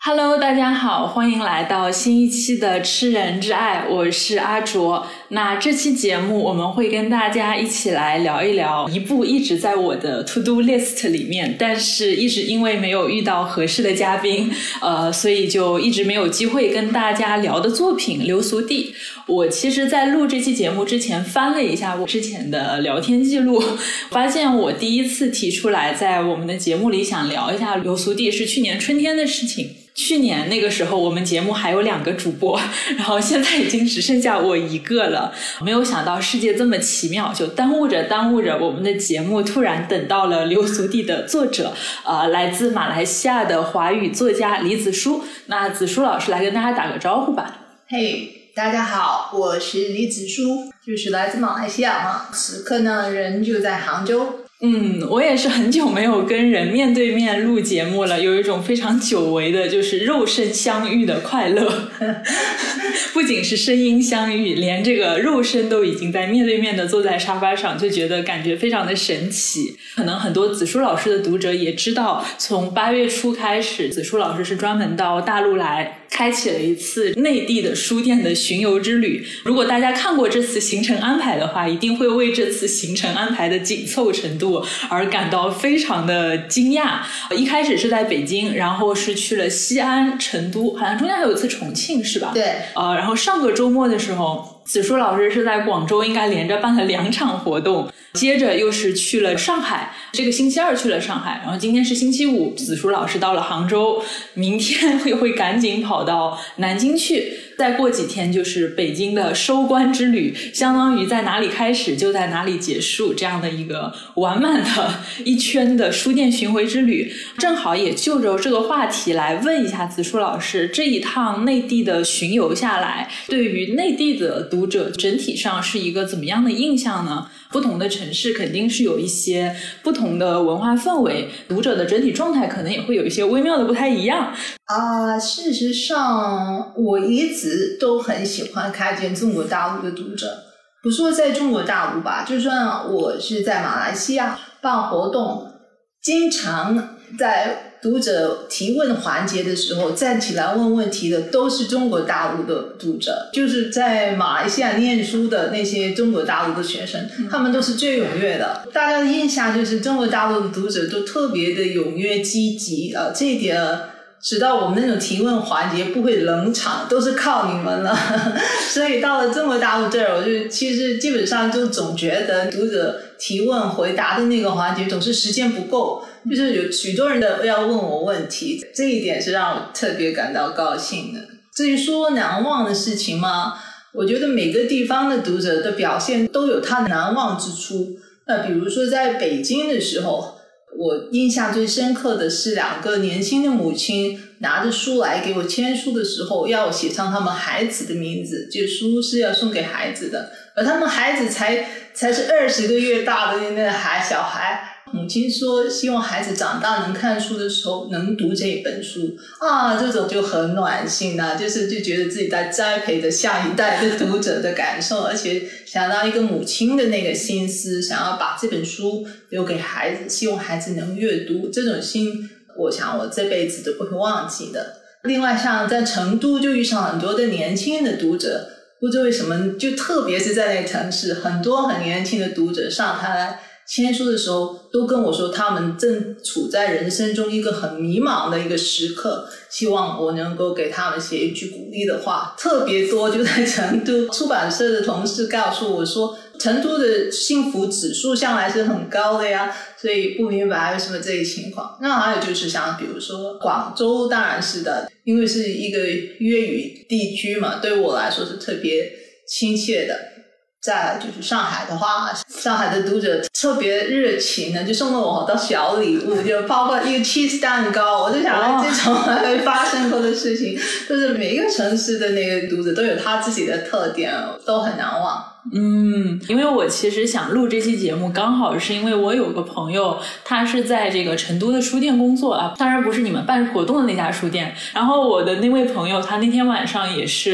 Hello， 大家好，欢迎来到新一期的吃人之爱，我是阿卓。那这期节目我们会跟大家一起来聊一聊一部一直在我的 to do list 里面，但是一直因为没有遇到合适的嘉宾，所以就一直没有机会跟大家聊的作品《流俗地》。我其实在录这期节目之前翻了一下我之前的聊天记录，发现我第一次提出来在我们的节目里想聊一下《流俗地》是去年春天的事情。去年那个时候我们节目还有2个主播，然后现在已经只剩下我一个了。没有想到世界这么奇妙，就耽误着我们的节目突然等到了《流俗地》的作者，来自马来西亚的华语作家李子书。那子书老师来跟大家打个招呼吧。 嘿，大家好，我是李子书，就是来自马来西亚嘛，此刻呢人就在杭州。 我也是很久没有跟人面对面录节目了，有一种非常久违的就是肉身相遇的快乐。不仅是声音相遇，连这个肉身都已经在面对面的坐在沙发上，就觉得感觉非常的神奇。可能很多子书老师的读者也知道，从8月初开始，子书老师是专门到大陆来开启了一次内地的书店的巡游之旅。如果大家看过这次行程安排的话，一定会为这次行程安排的紧凑程度而感到非常的惊讶。一开始是在北京，然后是去了西安、成都，好像中间还有一次重庆是吧？ 对。 然后上个周末的时候，子书老师是在广州应该连着办了2场活动，接着又是去了上海，这个星期二去了上海，然后今天是星期五，子书老师到了杭州，明天会赶紧跑到南京去，再过几天就是北京的收官之旅，相当于在哪里开始就在哪里结束，这样的一个完满的一圈的书店巡回之旅。正好也就着这个话题来问一下子书老师，这一趟内地的巡游下来，对于内地的读者整体上是一个怎么样的印象呢？不同的城市肯定是有一些不同的文化氛围，读者的整体状态可能也会有一些微妙的不太一样。 事实上我一直都很喜欢看见中国大陆的读者，不说在中国大陆吧，就算我是在马来西亚办活动，经常在读者提问环节的时候站起来问问题的都是中国大陆的读者，就是在马来西亚念书的那些中国大陆的学生，他们都是最踊跃的。大家的印象就是中国大陆的读者都特别的踊跃积极，这一点直到我们那种提问环节不会冷场，都是靠你们了。所以到了中国大陆这儿，我就其实基本上就总觉得读者提问回答的那个环节总是时间不够，就是有许多人要问我问题，这一点是让我特别感到高兴的。至于说难忘的事情嘛，我觉得每个地方的读者的表现都有他难忘之处。那比如说在北京的时候，我印象最深刻的是2个年轻的母亲拿着书来给我签书的时候，要我写上他们孩子的名字，这书是要送给孩子的，而他们孩子才是20个月大的那个小孩。母亲说希望孩子长大能看书的时候能读这本书这种就很暖心就觉得自己在栽培着下一代的读者的感受，而且想到一个母亲的那个心思，想要把这本书留给孩子，希望孩子能阅读，这种心我想我这辈子都不会忘记的。另外像在成都就遇上很多的年轻的读者，不知为什么就特别是在那个城市，很多很年轻的读者上台来签书的时候都跟我说他们正处在人生中一个很迷茫的一个时刻，希望我能够给他们写一句鼓励的话，特别多。就在成都出版社的同事告诉我说，成都的幸福指数向来是很高的呀，所以不明白为什么这个情况。那还有就是像比如说广州，当然是的，因为是一个粤语地区嘛，对我来说是特别亲切的。再来就是上海的话，上海的读者特别热情就送了我好多小礼物，就包括一个 cheese 蛋糕，我就想这种还会发生过的事情，就是每一个城市的那个读者都有他自己的特点，都很难忘。 因为我其实想录这期节目，刚好是因为我有个朋友，他是在这个成都的书店工作当然不是你们办活动的那家书店。然后我的那位朋友，他那天晚上也是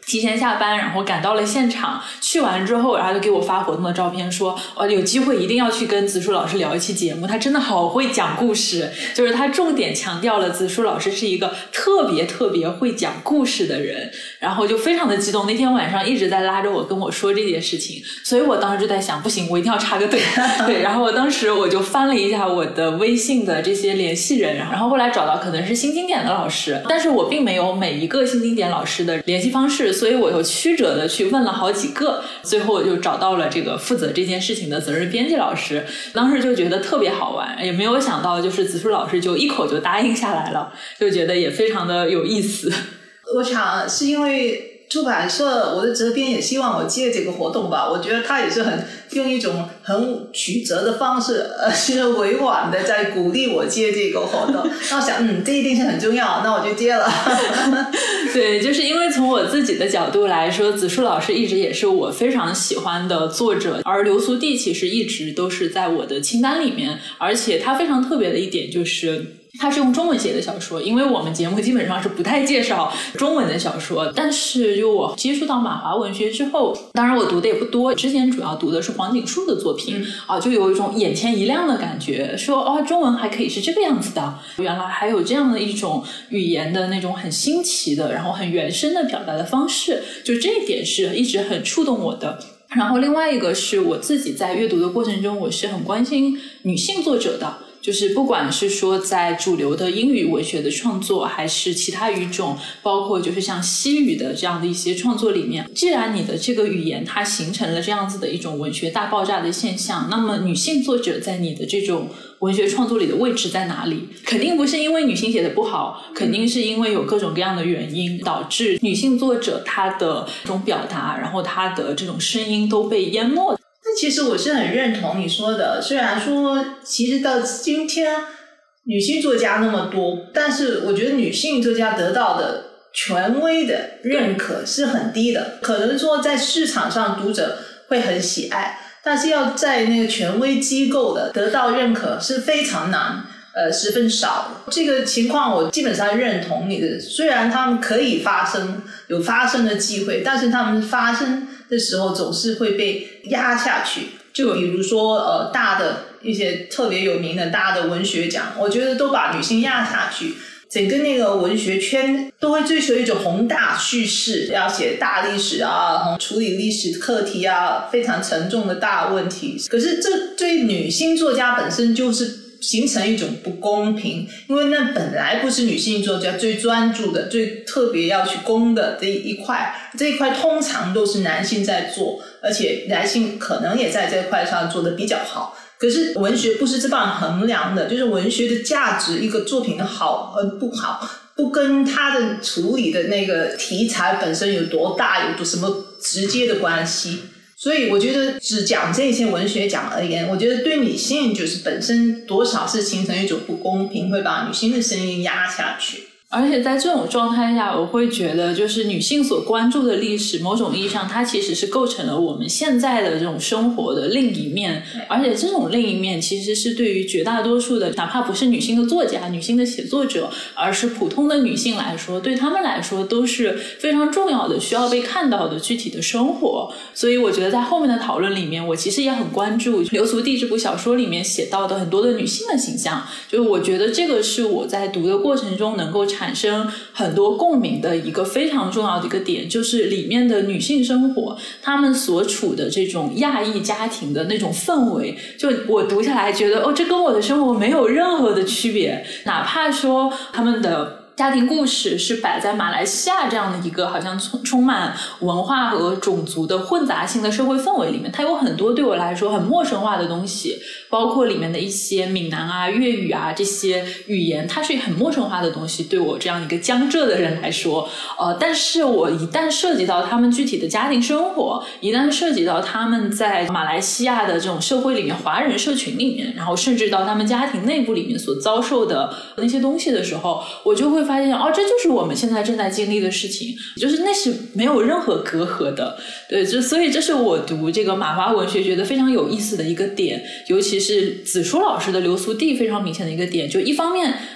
提前下班，然后赶到了现场。去完之后，然后就给我发活动的照片，说有机会一定要去跟子舒老师聊一期节目，他真的好会讲故事，就是他重点强调了子舒老师是一个特别特别会讲故事的人，然后就非常的激动。那天晚上一直在拉着我跟我说这件事情，所以我当时就在想，不行，我一定要插个队。对，然后当时我就翻了一下我的微信的这些联系人，然后后来找到可能是新经典的老师，但是我并没有每一个新经典老师的联系方式，所以我有曲折的去问了好几个，最后我就找到了这个负责这件事情的责任编辑老师。当时就觉得特别好玩，也没有想到就是子舒老师就一口就答应下来了，就觉得也非常的有意思。 我想是因为出版社我的责编也希望我接这个活动吧，我觉得他也是用一种很曲折的方式是委婉的在鼓励我接这个活动。那我想这一定是很重要，那我就接了。 对，就是因为从我自己的角度来说，子舒老师一直也是我非常喜欢的作者，而流苏地其实一直都是在我的清单里面，而且他非常特别的一点就是他是用中文写的小说，因为我们节目基本上是不太介绍中文的小说，但是就我接触到马华文学之后，当然我读的也不多，之前主要读的是黄锦树的作品就有一种眼前一亮的感觉，说中文还可以是这个样子的，原来还有这样的一种语言的那种很新奇的然后很原生的表达的方式，就这一点是一直很触动我的。然后另外一个是我自己在阅读的过程中，我是很关心女性作者的，就是不管是说在主流的英语文学的创作，还是其他语种，包括就是像西语的这样的一些创作里面，既然你的这个语言它形成了这样子的一种文学大爆炸的现象，那么女性作者在你的这种文学创作里的位置在哪里？肯定不是因为女性写的不好，肯定是因为有各种各样的原因导致女性作者她的这种表达，然后她的这种声音都被淹没。 那其实我是很认同你说的，虽然说其实到今天女性作家那么多，但是我觉得女性作家得到的权威的认可是很低的，可能说在市场上读者会很喜爱，但是要在那个权威机构的得到认可是非常难，十分少。这个情况我基本上认同你的，虽然他们可以发生，有发生的机会，但是他们发生的时候总是会被压下去。就比如说大的一些特别有名的大的文学奖，我觉得都把女性压下去，整个那个文学圈都会追求一种宏大叙事，要写大历史啊，处理历史课题啊，非常沉重的大问题。可是这对女性作家本身就是形成一种不公平，因为那本来不是女性作家最专注的、最特别要去攻的这一块，这一块通常都是男性在做，而且男性可能也在这块上做得比较好。可是文学不是这样衡量的，就是文学的价值，一个作品的好和不好，不跟它的处理的那个题材本身有多大，有什么直接的关系。所以我觉得只讲这些文学奖而言，我觉得对女性就是本身多少是形成一种不公平，会把女性的声音压下去。 而且在这种状态下，我会觉得就是女性所关注的历史，某种意义上它其实是构成了我们现在的这种生活的另一面，而且这种另一面其实是对于绝大多数的哪怕不是女性的作家、女性的写作者，而是普通的女性来说，对她们来说都是非常重要的需要被看到的具体的生活。所以我觉得在后面的讨论里面，我其实也很关注流苏地这部小说里面写到的很多的女性的形象，就是我觉得这个是我在读的过程中能够产生很多共鸣的一个非常重要的一个点，就是里面的女性生活她们所处的这种亚裔家庭的那种氛围，就我读下来觉得这跟我的生活没有任何的区别，哪怕说她们的家庭故事是摆在马来西亚这样的一个好像充满文化和种族的混杂性的社会氛围里面，它有很多对我来说很陌生化的东西，包括里面的一些闽南啊、粤语啊这些语言，它是很陌生化的东西，对我这样一个江浙的人来说，但是我一旦涉及到他们具体的家庭生活，一旦涉及到他们在马来西亚的这种社会里面、华人社群里面，然后甚至到他们家庭内部里面所遭受的那些东西的时候，我就会发现这就是我们现在正在经历的事情，就是那是没有任何隔阂的。对，所以这是我读这个马华文学觉得非常有意思的一个点，尤其是子舒老师的流苏地非常明显的一个点，就一方面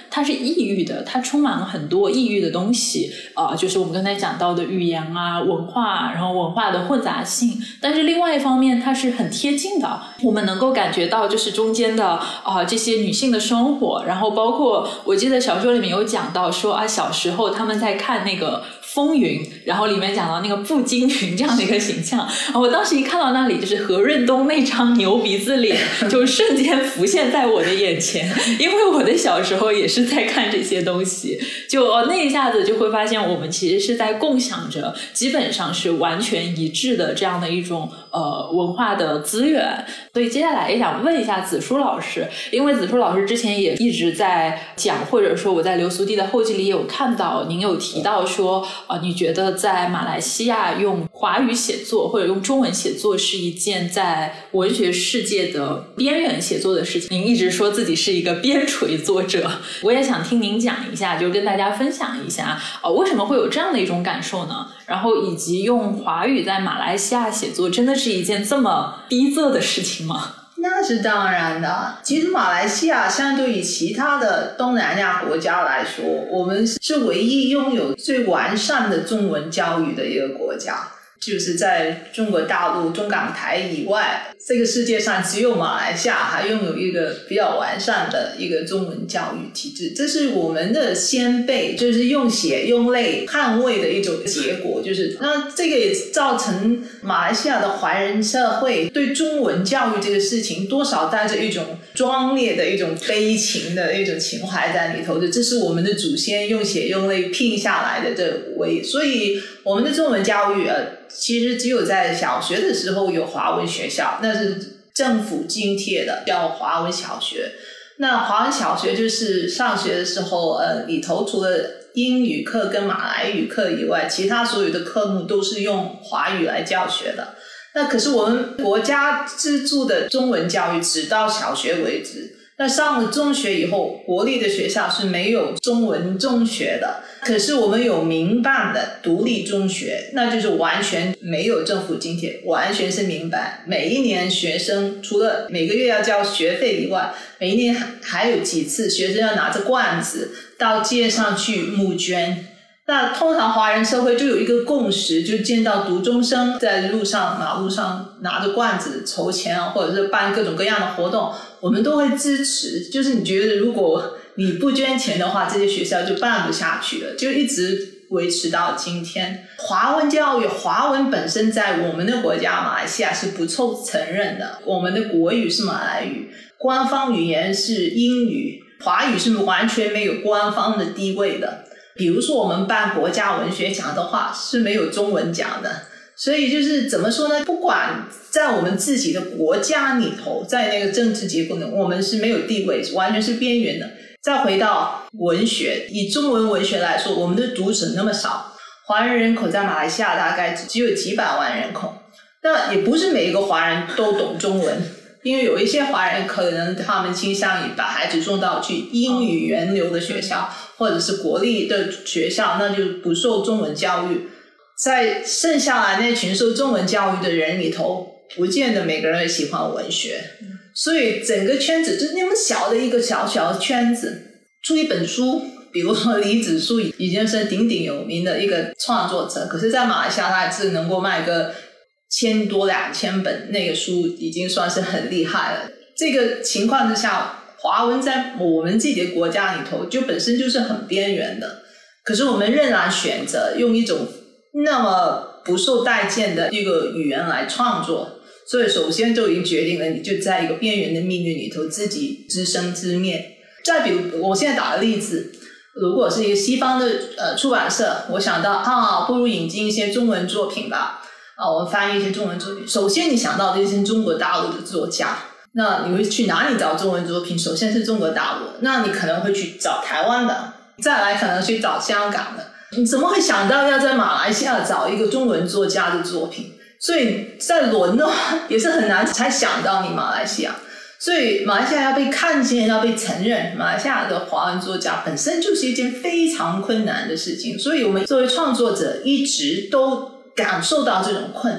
它是异域的，它充满了很多异域的东西就是我们刚才讲到的语言啊、文化，然后文化的混杂性。但是另外一方面它是很贴近的，我们能够感觉到就是中间的这些女性的生活，然后包括我记得小说里面有讲到说小时候他们在看那个风云，然后里面讲到那个步惊云这样的一个形象，我当时一看到那里，就是何润东那张牛鼻子脸就瞬间浮现在我的眼前，因为我的小时候也是在看这些东西，就那一下子就会发现我们其实是在共享着基本上是完全一致的这样的一种文化的资源。所以接下来也想问一下子舒老师，因为子舒老师之前也一直在讲，或者说我在流苏地的后记里也有看到您有提到说你觉得在马来西亚用华语写作或者用中文写作是一件在文学世界的边缘写作的事情，您一直说自己是一个边陲作者，我也想听您讲一下，就跟大家分享一下为什么会有这样的一种感受呢？然后以及用华语在马来西亚写作真的是一件这么逼仄的事情吗？ 那是当然的。其实马来西亚相对于其他的东南亚国家来说，我们是唯一拥有最完善的中文教育的一个国家，就是在中国大陆中港台以外，这个世界上只有马来西亚还拥有一个比较完善的一个中文教育体制，这是我们的先辈就是用血用泪捍卫的一种结果。就是那这个也造成马来西亚的华人社会对中文教育这个事情多少带着一种壮烈的一种悲情的一种情怀在里头的，这是我们的祖先用血用泪拼下来的所以我们的中文教育其实只有在小学的时候有华文学校，那是政府津贴的，叫华文小学。那华文小学就是上学的时候里头除了英语课跟马来语课以外，其他所有的科目都是用华语来教学的。那可是我们国家资助的中文教育只到小学为止，那上了中学以后，国立的学校是没有中文中学的，可是我们有民办的独立中学，那就是完全没有政府津贴，完全是民办。每一年学生除了每个月要交学费以外，每一年还有几次学生要拿着罐子到街上去募捐。那通常华人社会就有一个共识，就见到读中生在马路上拿着罐子筹钱或者是办各种各样的活动，我们都会支持。就是你觉得如果你不捐钱的话，这些学校就办不下去了，就一直维持到今天。华文教育，华文本身在我们的国家马来西亚是不受承认的，我们的国语是马来语，官方语言是英语，华语是完全没有官方的地位的。比如说我们办国家文学奖的话是没有中文奖的，所以就是怎么说呢，不管在我们自己的国家里头，在那个政治结构呢，我们是没有地位，完全是边缘的。再回到文学，以中文文学来说，我们的读者那么少，华人人口在马来西亚大概只有几百万人口，那也不是每一个华人都懂中文，因为有一些华人可能他们倾向于把孩子送到去英语源流的学校或者是国立的学校，那就不受中文教育。在剩下来那群受中文教育的人里头，不见得每个人喜欢文学，所以整个圈子就是那么小的一个小小的圈子，出一本书，比如说李子书已经是鼎鼎有名的一个创作者，可是在马来西亚他只能够卖个1000多2000本，那个书已经算是很厉害了。这个情况之下，华文在我们自己的国家里头就本身就是很边缘的，可是我们仍然选择用一种那么不受待见的一个语言来创作，所以首先就已经决定了你就在一个边缘的命运里头自己自生自灭。再比如我现在打的例子，如果是一个西方的出版社，我想到不如引进一些中文作品吧，我们翻译一些中文作品。首先你想到的一些中国大陆的作家，那你会去哪里找中文作品？首先是中国大陆，那你可能会去找台湾的，再来可能去找香港的，你怎么会想到要在马来西亚找一个中文作家的作品？所以在轮的话也是很难才想到你马来西亚。所以马来西亚要被看见，要被承认，马来西亚的华文作家本身就是一件非常困难的事情，所以我们作为创作者一直都感受到这种困难。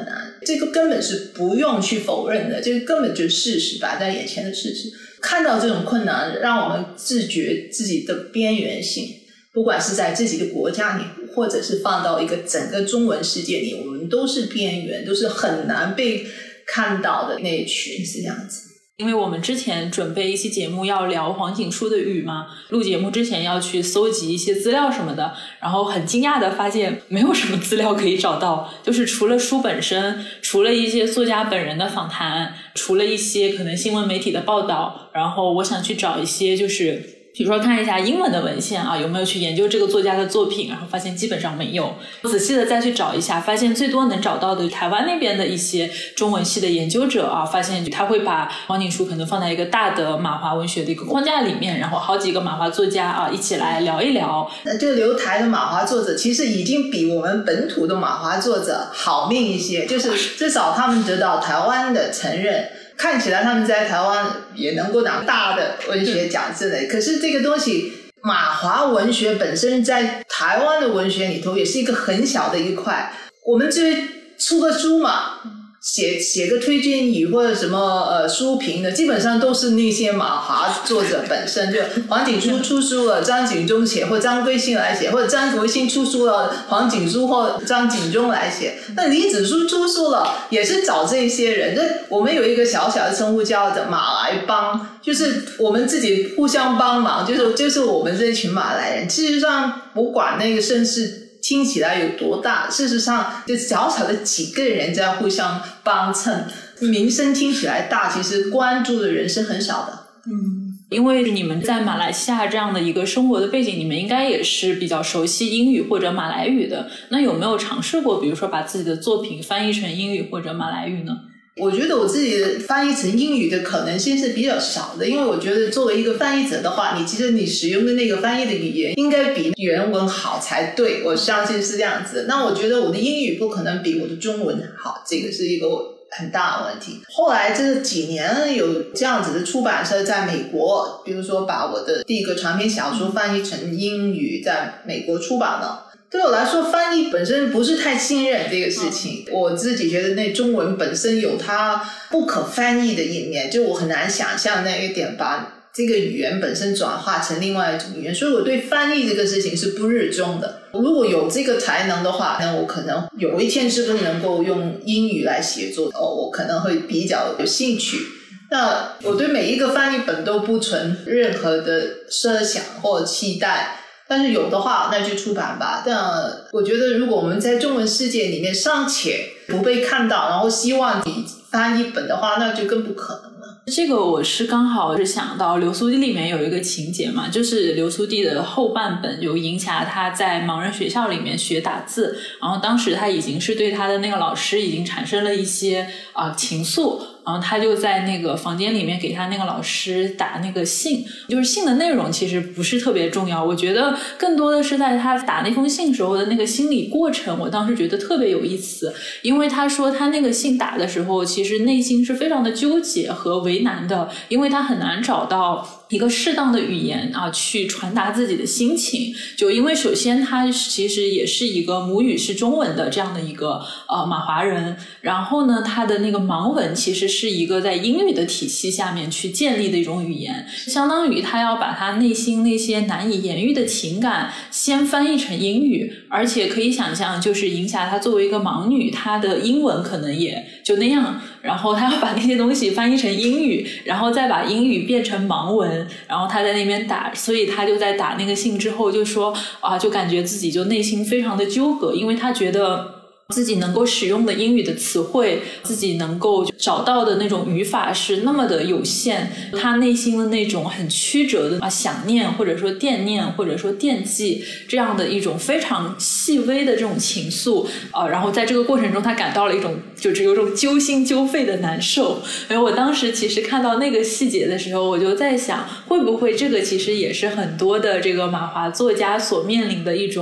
这个根本是不用去否认的，这个根本就是事实，摆在眼前的事实。看到这种困难，让我们自觉自己的边缘性，不管是在自己的国家里，或者是放到一个整个中文世界里，我们都是边缘，都是很难被看到的那一群，是这样子。 因为我们之前准备一期节目要聊黄锦书的雨嘛，录节目之前要去搜集一些资料什么的，然后很惊讶的发现没有什么资料可以找到，就是除了书本身，除了一些作家本人的访谈，除了一些可能新闻媒体的报道，然后我想去找一些就是比如说看一下英文的文献啊，有没有去研究这个作家的作品，然后发现基本上没有。仔细的再去找一下，发现最多能找到的台湾那边的一些中文系的研究者啊，发现他会把黄锦书可能放在一个大的马华文学的一个框架里面，然后好几个马华作家啊一起来聊一聊。 那这个留台的马华作者其实已经比我们本土的马华作者好命一些，就是至少他们得到台湾的承认，看起来他们在台湾也能够拿大的文学奖之类，可是这个东西马华文学本身在台湾的文学里头也是一个很小的一块，我们这出个书嘛，写个推荐语或者什么书评的，基本上都是那些马华作者本身，就黄锦书出书了，张景忠写，或张归信来写，或者张国兴出书了，黄锦书或张景忠来写。那李子书出书了，也是找这些人。那我们有一个小小的称呼叫的马来帮，就是我们自己互相帮忙，就是我们这群马来人。事实上，不管那个声势听起来有多大，事实上就小小的几个人在互相帮衬，名声听起来大，其实关注的人是很少的。 因为你们在马来西亚这样的一个生活的背景，你们应该也是比较熟悉英语或者马来语的，那有没有尝试过比如说把自己的作品翻译成英语或者马来语呢？ 我觉得我自己的翻译成英语的可能性是比较少的，因为我觉得作为一个翻译者的话，其实你使用的那个翻译的语言应该比原文好才对，我相信是这样子。那我觉得我的英语不可能比我的中文好，这个是一个很大的问题。后来这几年有这样子的出版社在美国，比如说把我的第一个长篇小说翻译成英语，在美国出版了。对我来说，翻译本身不是太信任这个事情。我自己觉得那中文本身有它不可翻译的一面，就我很难想象那一点把这个语言本身转化成另外一种语言，所以我对翻译这个事情是不热衷的。如果有这个才能的话，那我可能有一天是不是能够用英语来写作，我可能会比较有兴趣。那我对每一个翻译本都不存任何的设想或期待，但是有的话那就出版吧。但我觉得如果我们在中文世界里面尚且不被看到，然后希望你翻译本的话，那就更不可能了。 这个我是刚好是想到流苏地里面有一个情节嘛，就是流苏地的后半本有银霞他在盲人学校里面学打字，然后当时他已经是对他的那个老师已经产生了一些情愫，然后他就在那个房间里面给他那个老师打那个信，就是信的内容其实不是特别重要，我觉得更多的是在他打那封信时候的那个心理过程，我当时觉得特别有意思。因为他说他那个信打的时候其实内心是非常的纠结和为难的，因为他很难找到一个适当的语言去传达自己的心情。就因为首先他其实也是一个母语是中文的这样的一个马华人，然后呢他的那个盲文其实是一个在英语的体系下面去建立的一种语言，相当于他要把他内心那些难以言喻的情感先翻译成英语，而且可以想象就是银霞她作为一个盲女，她的英文可能也就那样，然后她要把那些东西翻译成英语，然后再把英语变成盲文，然后她在那边打，所以她就在打那个信之后就说就感觉自己就内心非常的纠葛，因为她觉得自己能够使用的英语的词汇，自己能够找到的那种语法是那么的有限，他内心的那种很曲折的想念或者说惦念或者说惦记这样的一种非常细微的这种情愫然后在这个过程中他感到了一种就是有种揪心揪肺的难受。而我当时其实看到那个细节的时候，我就在想会不会这个其实也是很多的这个马华作家所面临的一种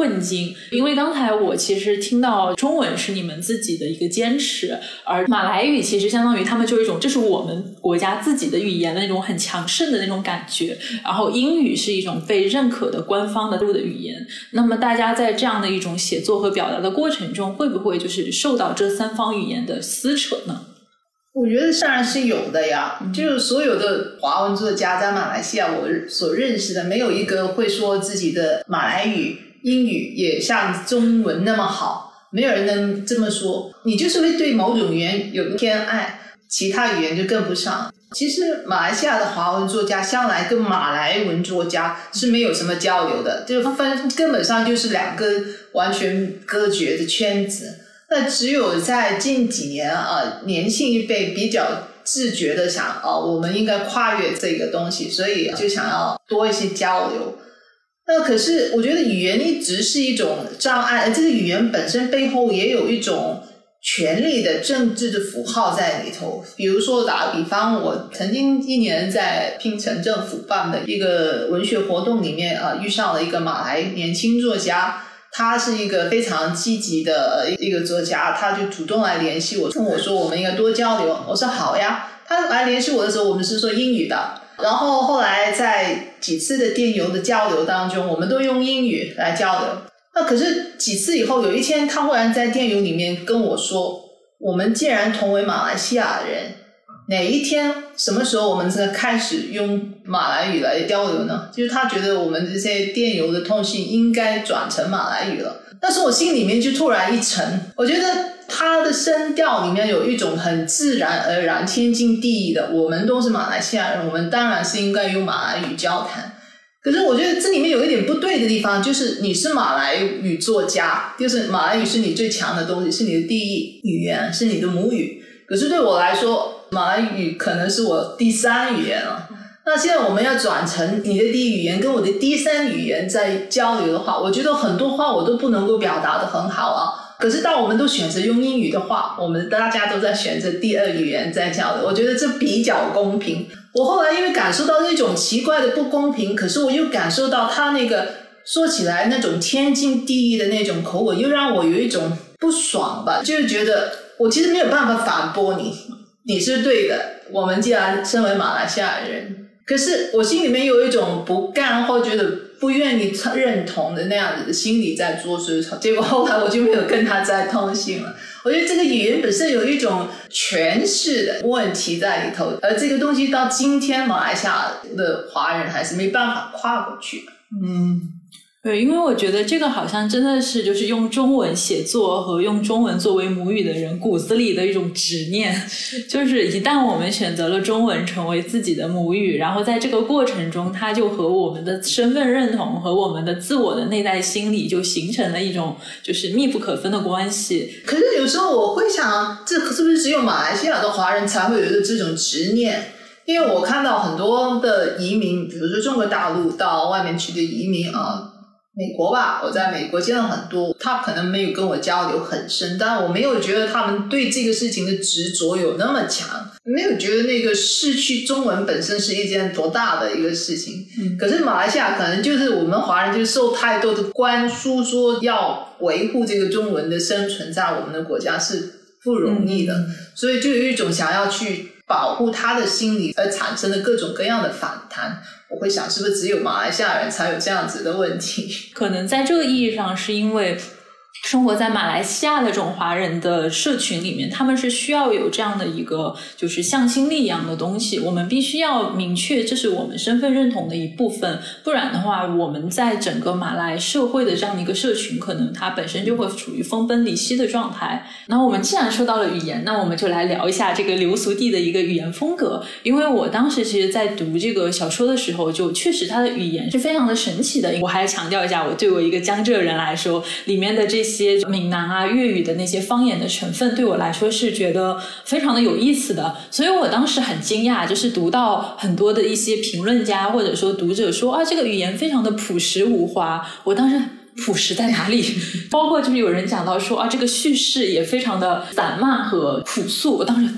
困境。因为刚才我其实听到中文是你们自己的一个坚持，而马来语其实相当于他们就有一种这是我们国家自己的语言的那种很强盛的那种感觉，然后英语是一种被认可的官方的语言。那么大家在这样的一种写作和表达的过程中，会不会就是受到这三方语言的撕扯呢？ 我觉得当然是有的呀，就是所有的华文作家在马来西亚我所认识的，没有一个会说自己的马来语英语也像中文那么好，没有人能这么说。你就是会对某种语言有偏爱，其他语言就跟不上。其实马来西亚的华文作家向来跟马来文作家是没有什么交流的，就根本上就是两个完全隔绝的圈子。那只有在近几年年轻一辈比较自觉的想我们应该跨越这个东西，所以就想要多一些交流。那可是我觉得语言一直是一种障碍，而这个语言本身背后也有一种权力的政治的符号在里头。比如说打个比方，我曾经1年在槟城政府办的一个文学活动里面遇上了一个马来年轻作家，他是一个非常积极的一个作家，他就主动来联系我，跟我说我们应该多交流。我说好呀。他来联系我的时候，我们是说英语的，然后后来在几次的电邮的交流当中，我们都用英语来交流。那可是几次以后，有一天他忽然在电邮里面跟我说，我们既然同为马来西亚人，哪一天什么时候我们才开始用马来语来交流呢？就是他觉得我们这些电邮的通信应该转成马来语了。但是我心里面就突然一沉，我觉得他的声调里面有一种很自然而然天经地义的，我们都是马来西亚人，我们当然是应该用马来语交谈。可是我觉得这里面有一点不对的地方，就是你是马来语作家，就是马来语是你最强的东西，是你的第一语言，是你的母语。可是对我来说，马来语可能是我第3语言了。那现在我们要转成你的第一语言跟我的第3语言在交流的话，我觉得很多话我都不能够表达得很好啊。可是当我们都选择用英语的话，我们大家都在选择第2语言在交流，我觉得这比较公平。我后来因为感受到那种奇怪的不公平，可是我又感受到他那个说起来那种天经地义的那种口吻，又让我有一种不爽吧，就是觉得我其实没有办法反驳你，你是对的，我们既然身为马来西亚人，可是我心里面有一种不干或觉得不愿意认同的那样子的心理在作祟，结果后来我就没有跟他再通信了。我觉得这个语言本身有一种诠释的问题在里头，而这个东西到今天马来西亚的华人还是没办法跨过去。 对，因为我觉得这个好像真的是就是用中文写作和用中文作为母语的人骨子里的一种执念，就是一旦我们选择了中文成为自己的母语，然后在这个过程中它就和我们的身份认同和我们的自我的内在心理就形成了一种就是密不可分的关系。 可是有时候我会想，这是不是只有马来西亚的华人才会有一个这种执念？因为我看到很多的移民，比如说中国大陆到外面去的移民美国吧，我在美国见了很多，他可能没有跟我交流很深，但我没有觉得他们对这个事情的执着有那么强，没有觉得那个失去中文本身是一件多大的一个事情。可是马来西亚可能就是我们华人就受太多的灌输，说要维护这个中文的生存在我们的国家是不容易的，所以就有一种想要去保护他的心理而产生的各种各样的反弹。我会想是不是只有马来西亚人才有这样子的问题。 可能在这个意义上是因为生活在马来西亚的这种华人的社群里面，他们是需要有这样的一个就是向心力一样的东西，我们必须要明确这是我们身份认同的一部分，不然的话我们在整个马来社会的这样的一个社群可能它本身就会处于分崩离析的状态。那我们既然说到了语言，那我们就来聊一下这个流俗地的一个语言风格。因为我当时其实在读这个小说的时候，就确实它的语言是非常的神奇的。我还强调一下，我对我一个江浙人来说，里面的这些闽南啊粤语的那些方言的成分对我来说是觉得非常的有意思的。所以我当时很惊讶，就是读到很多的一些评论家或者说读者说这个语言非常的朴实无华，我当时朴实在哪里？包括就是有人讲到说这个叙事也非常的散漫和朴素，我当时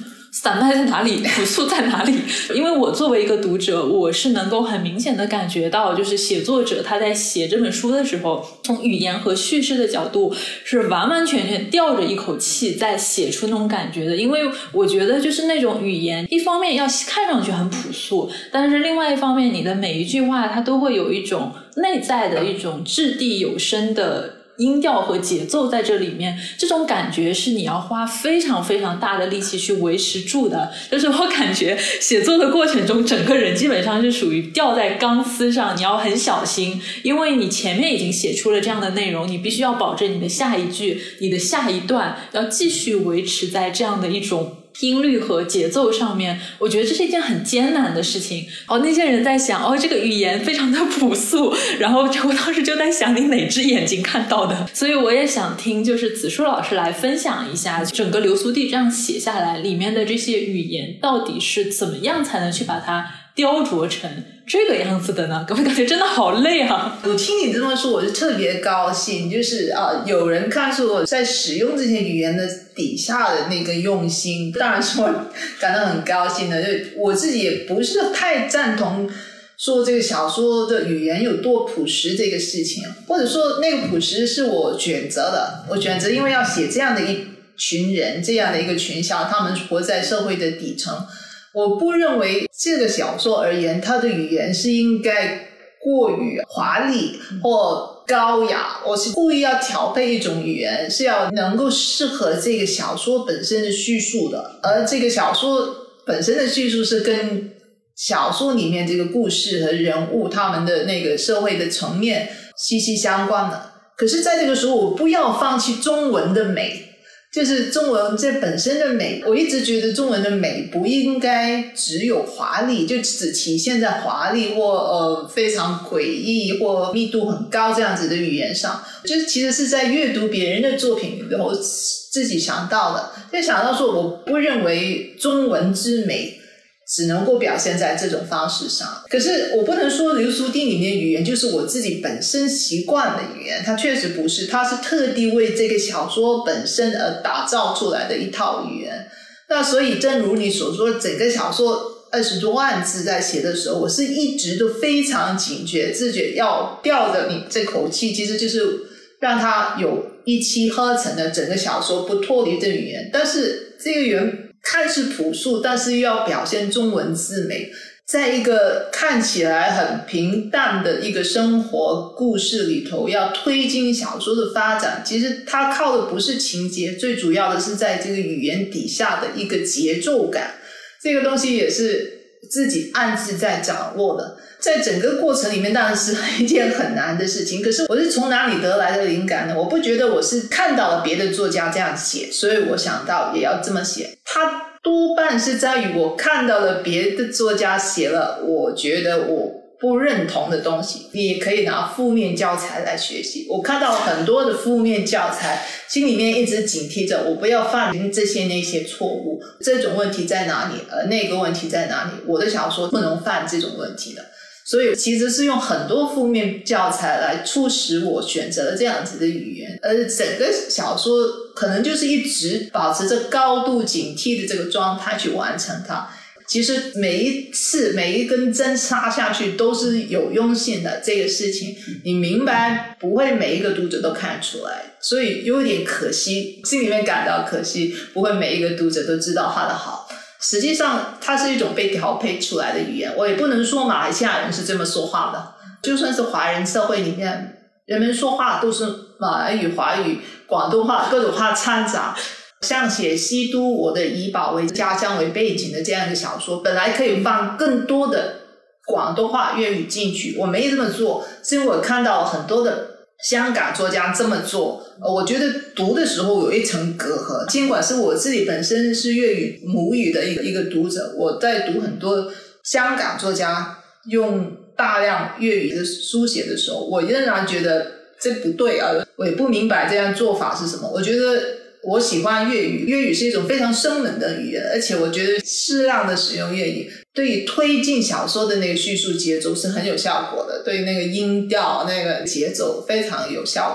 散漫在哪里，朴素在哪里。因为我作为一个读者，我是能够很明显的感觉到，就是写作者他在写这本书的时候，从语言和叙事的角度是完完全全吊着一口气在写出那种感觉的。因为我觉得就是那种语言，一方面要看上去很朴素，但是另外一方面你的每一句话它都会有一种内在的一种掷地有声的音调和节奏在这里面，这种感觉是你要花非常非常大的力气去维持住的。就是我感觉写作的过程中，整个人基本上是属于吊在钢丝上，你要很小心，因为你前面已经写出了这样的内容，你必须要保证你的下一句、你的下一段要继续维持在这样的一种音律和节奏上面。我觉得这是一件很艰难的事情。那些人在想这个语言非常的朴素，然后我当时就在想你哪只眼睛看到的。所以我也想听就是子舒老师来分享一下整个流苏地这样写下来里面的这些语言到底是怎么样才能去把它雕琢成这个样子的呢？我感觉真的好累啊。 我听你这么说，我是特别高兴，就是有人看出我在使用这些语言的底下的那个用心，当然是我感到很高兴的。就我自己也不是太赞同说这个小说的语言有多朴实这个事情，或者说那个朴实是我选择的，我选择因为要写这样的一群人，这样的一个群像，他们活在社会的底层。我不认为这个小说而言，它的语言是应该过于华丽或高雅，我是故意要调配一种语言，是要能够适合这个小说本身的叙述的，而这个小说本身的叙述是跟小说里面这个故事和人物他们的那个社会的层面息息相关的。可是在这个时候，我不要放弃中文的美，就是中文这本身的美，我一直觉得中文的美不应该只有华丽，就只体现在华丽或非常诡异或密度很高这样子的语言上，就是其实是在阅读别人的作品里头自己想到的，就想到说我不认为中文之美只能够表现在这种方式上。可是我不能说流苏地里面语言就是我自己本身习惯的语言，它确实不是，它是特地为这个小说本身而打造出来的一套语言。那所以正如你所说，整个小说20多万字在写的时候，我是一直都非常警觉自觉要吊着你这口气，其实就是让它有一气呵成的整个小说不脱离这语言。但是这个语言看似朴素，但是又要表现中文之美，在一个看起来很平淡的一个生活故事里头要推进小说的发展，其实它靠的不是情节，最主要的是在这个语言底下的一个节奏感，这个东西也是自己暗自在掌握的。在整个过程里面当然是一件很难的事情，可是我是从哪里得来的灵感呢？我不觉得我是看到了别的作家这样写，所以我想到也要这么写，它多半是在于我看到了别的作家写了我觉得我不认同的东西。你也可以拿负面教材来学习，我看到很多的负面教材，心里面一直警惕着我不要犯这些那些错误，这种问题在哪里，那个问题在哪里，我的小说不能犯这种问题的。所以其实是用很多负面教材来促使我选择了这样子的语言，而整个小说可能就是一直保持着高度警惕的这个状态去完成它。其实每一次每一根针插下去都是有用心的，这个事情你明白不会每一个读者都看出来，所以有点可惜，心里面感到可惜，不会每一个读者都知道它的好。实际上它是一种被调配出来的语言，我也不能说马来西亚人是这么说话的，就算是华人社会里面人们说话都是马来语、华语、广东话各种话掺杂。像写西都我的怡保为家乡为背景的这样一个小说，本来可以放更多的广东话粤语进去，我没这么做，是因为我看到很多的香港作家这么做，我觉得读的时候有一层隔阂。尽管是我自己本身是粤语母语的一个读者，我在读很多香港作家用大量粤语的书写的时候，我仍然觉得这不对啊，我也不明白这样做法是什么。我觉得我喜欢粤语，粤语是一种非常生冷的语言，而且我觉得适量的使用粤语对于推进小说的那个叙述节奏是很有效果的，对于那个音调那个节奏非常有效果。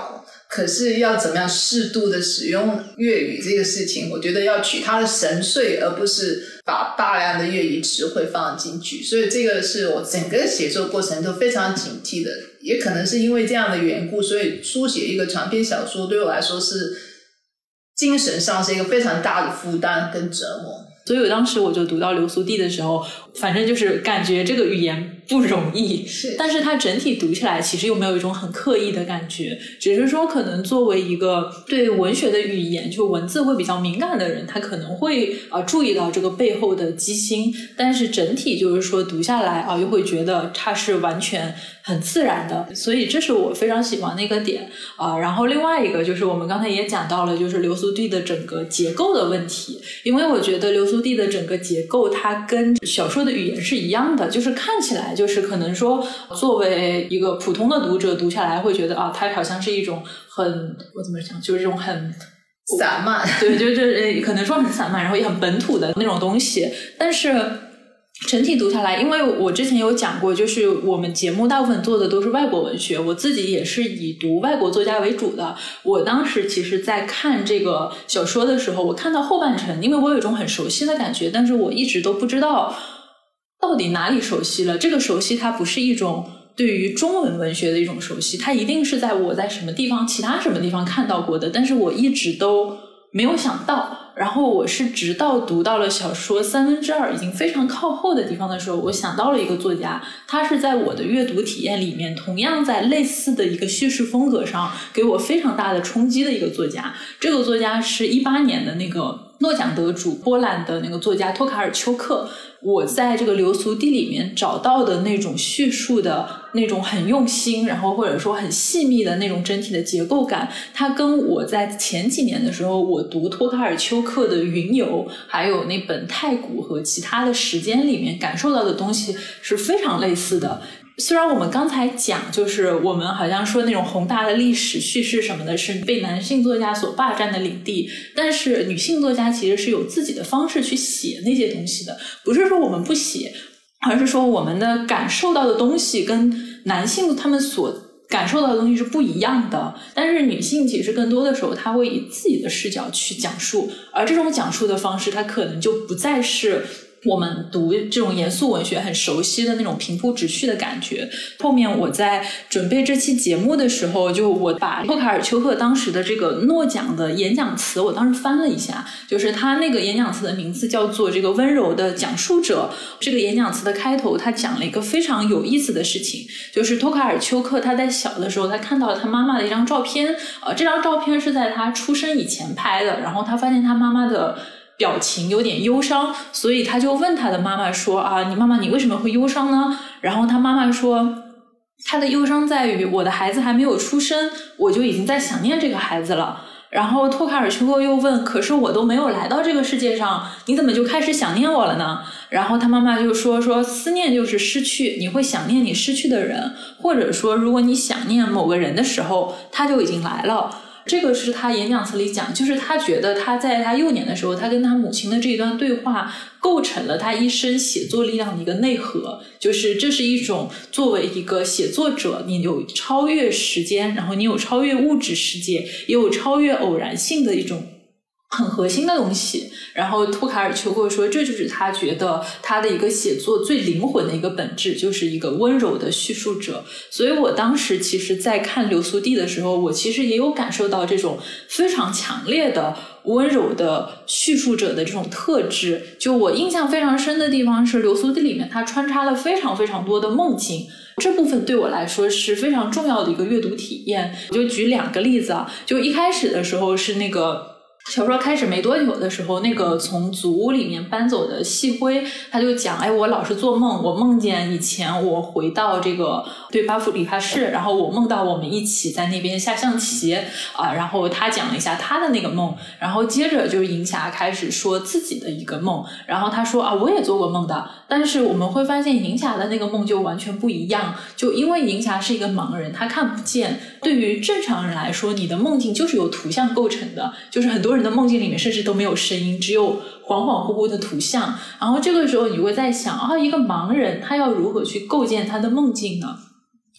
可是要怎么样适度的使用粤语这个事情，我觉得要取它的神髓，而不是把大量的粤语词汇放进去。所以这个是我整个写作过程都非常警惕的，也可能是因为这样的缘故，所以书写一个长篇小说对我来说是精神上是一个非常大的负担跟折磨。 所以当时我就读到流苏地的时候，反正就是感觉这个语言不容易，但是它整体读起来其实又没有一种很刻意的感觉，只是说可能作为一个对文学的语言就文字会比较敏感的人，他可能会注意到这个背后的机心，但是整体就是说读下来又会觉得它是完全很自然的，所以这是我非常喜欢的一个点然后另外一个就是我们刚才也讲到了，就是流苏地的整个结构的问题，因为我觉得流苏地的整个结构它跟小说的语言是一样的，就是看起来就是可能说作为一个普通的读者读下来会觉得它好像是一种很我怎么讲，就是这种很散漫， 对，就是可能说很散漫，然后也很本土的那种东西，但是整体读下来，因为我之前有讲过，就是我们节目大部分做的都是外国文学，我自己也是以读外国作家为主的。我当时其实在看这个小说的时候，我看到后半程，因为我有一种很熟悉的感觉，但是我一直都不知道到底哪里熟悉了。这个熟悉它不是一种对于中文文学的一种熟悉，它一定是我在什么地方其他什么地方看到过的，但是我一直都没有想到。然后我是直到读到了小说2/3已经非常靠后的地方的时候，我想到了一个作家，他是在我的阅读体验里面同样在类似的一个叙事风格上给我非常大的冲击的一个作家。这个作家是18年的那个诺奖得主波兰的那个作家托卡尔丘克。我在这个流苏地里面找到的那种叙述的那种很用心，然后或者说很细密的那种整体的结构感，它跟我在前几年的时候我读托卡尔丘克的云游还有那本太古和其他的时间里面感受到的东西是非常类似的。虽然我们刚才讲就是我们好像说那种宏大的历史叙事什么的是被男性作家所霸占的领地，但是女性作家其实是有自己的方式去写那些东西的，不是说我们不写，而是说我们的感受到的东西跟男性他们所感受到的东西是不一样的，但是女性其实更多的时候她会以自己的视角去讲述，而这种讲述的方式它可能就不再是我们读这种严肃文学很熟悉的那种平铺直叙的感觉。后面我在准备这期节目的时候，就我把托卡尔丘克当时的这个诺奖的演讲词我当时翻了一下，就是他那个演讲词的名字叫做这个温柔的讲述者。这个演讲词的开头他讲了一个非常有意思的事情，就是托卡尔丘克他在小的时候他看到了他妈妈的一张照片，这张照片是在他出生以前拍的，然后他发现他妈妈的表情有点忧伤，所以他就问他的妈妈说你妈妈你为什么会忧伤呢？然后他妈妈说他的忧伤在于我的孩子还没有出生，我就已经在想念这个孩子了。然后托卡尔丘克又问，可是我都没有来到这个世界上，你怎么就开始想念我了呢？然后他妈妈就说思念就是失去，你会想念你失去的人，或者说如果你想念某个人的时候他就已经来了。这个是他演讲词里讲，就是他觉得他在他幼年的时候他跟他母亲的这一段对话构成了他一生写作力量的一个内核，就是这是一种作为一个写作者你有超越时间，然后你有超越物质世界，也有超越偶然性的一种很核心的东西。然后托卡尔丘克说这就是他觉得他的一个写作最灵魂的一个本质，就是一个温柔的叙述者。所以我当时其实在看流苏地的时候，我其实也有感受到这种非常强烈的温柔的叙述者的这种特质。就我印象非常深的地方是流苏地里面它穿插了非常非常多的梦境，这部分对我来说是非常重要的一个阅读体验。我就举2个例子就一开始的时候是那个小说开始没多久的时候，那个从祖屋里面搬走的细灰他就讲我老是做梦，我梦见以前我回到这个对巴甫里帕市，然后我梦到我们一起在那边下象棋然后他讲了一下他的那个梦，然后接着就是银霞开始说自己的一个梦，然后他说我也做过梦的，但是我们会发现银霞的那个梦就完全不一样，就因为银霞是一个盲人，他看不见，对于正常人来说你的梦境就是由图像构成的，就是很多人的梦境里面甚至都没有声音，只有恍恍惚惚的图像。然后这个时候你会在想一个盲人他要如何去构建他的梦境呢？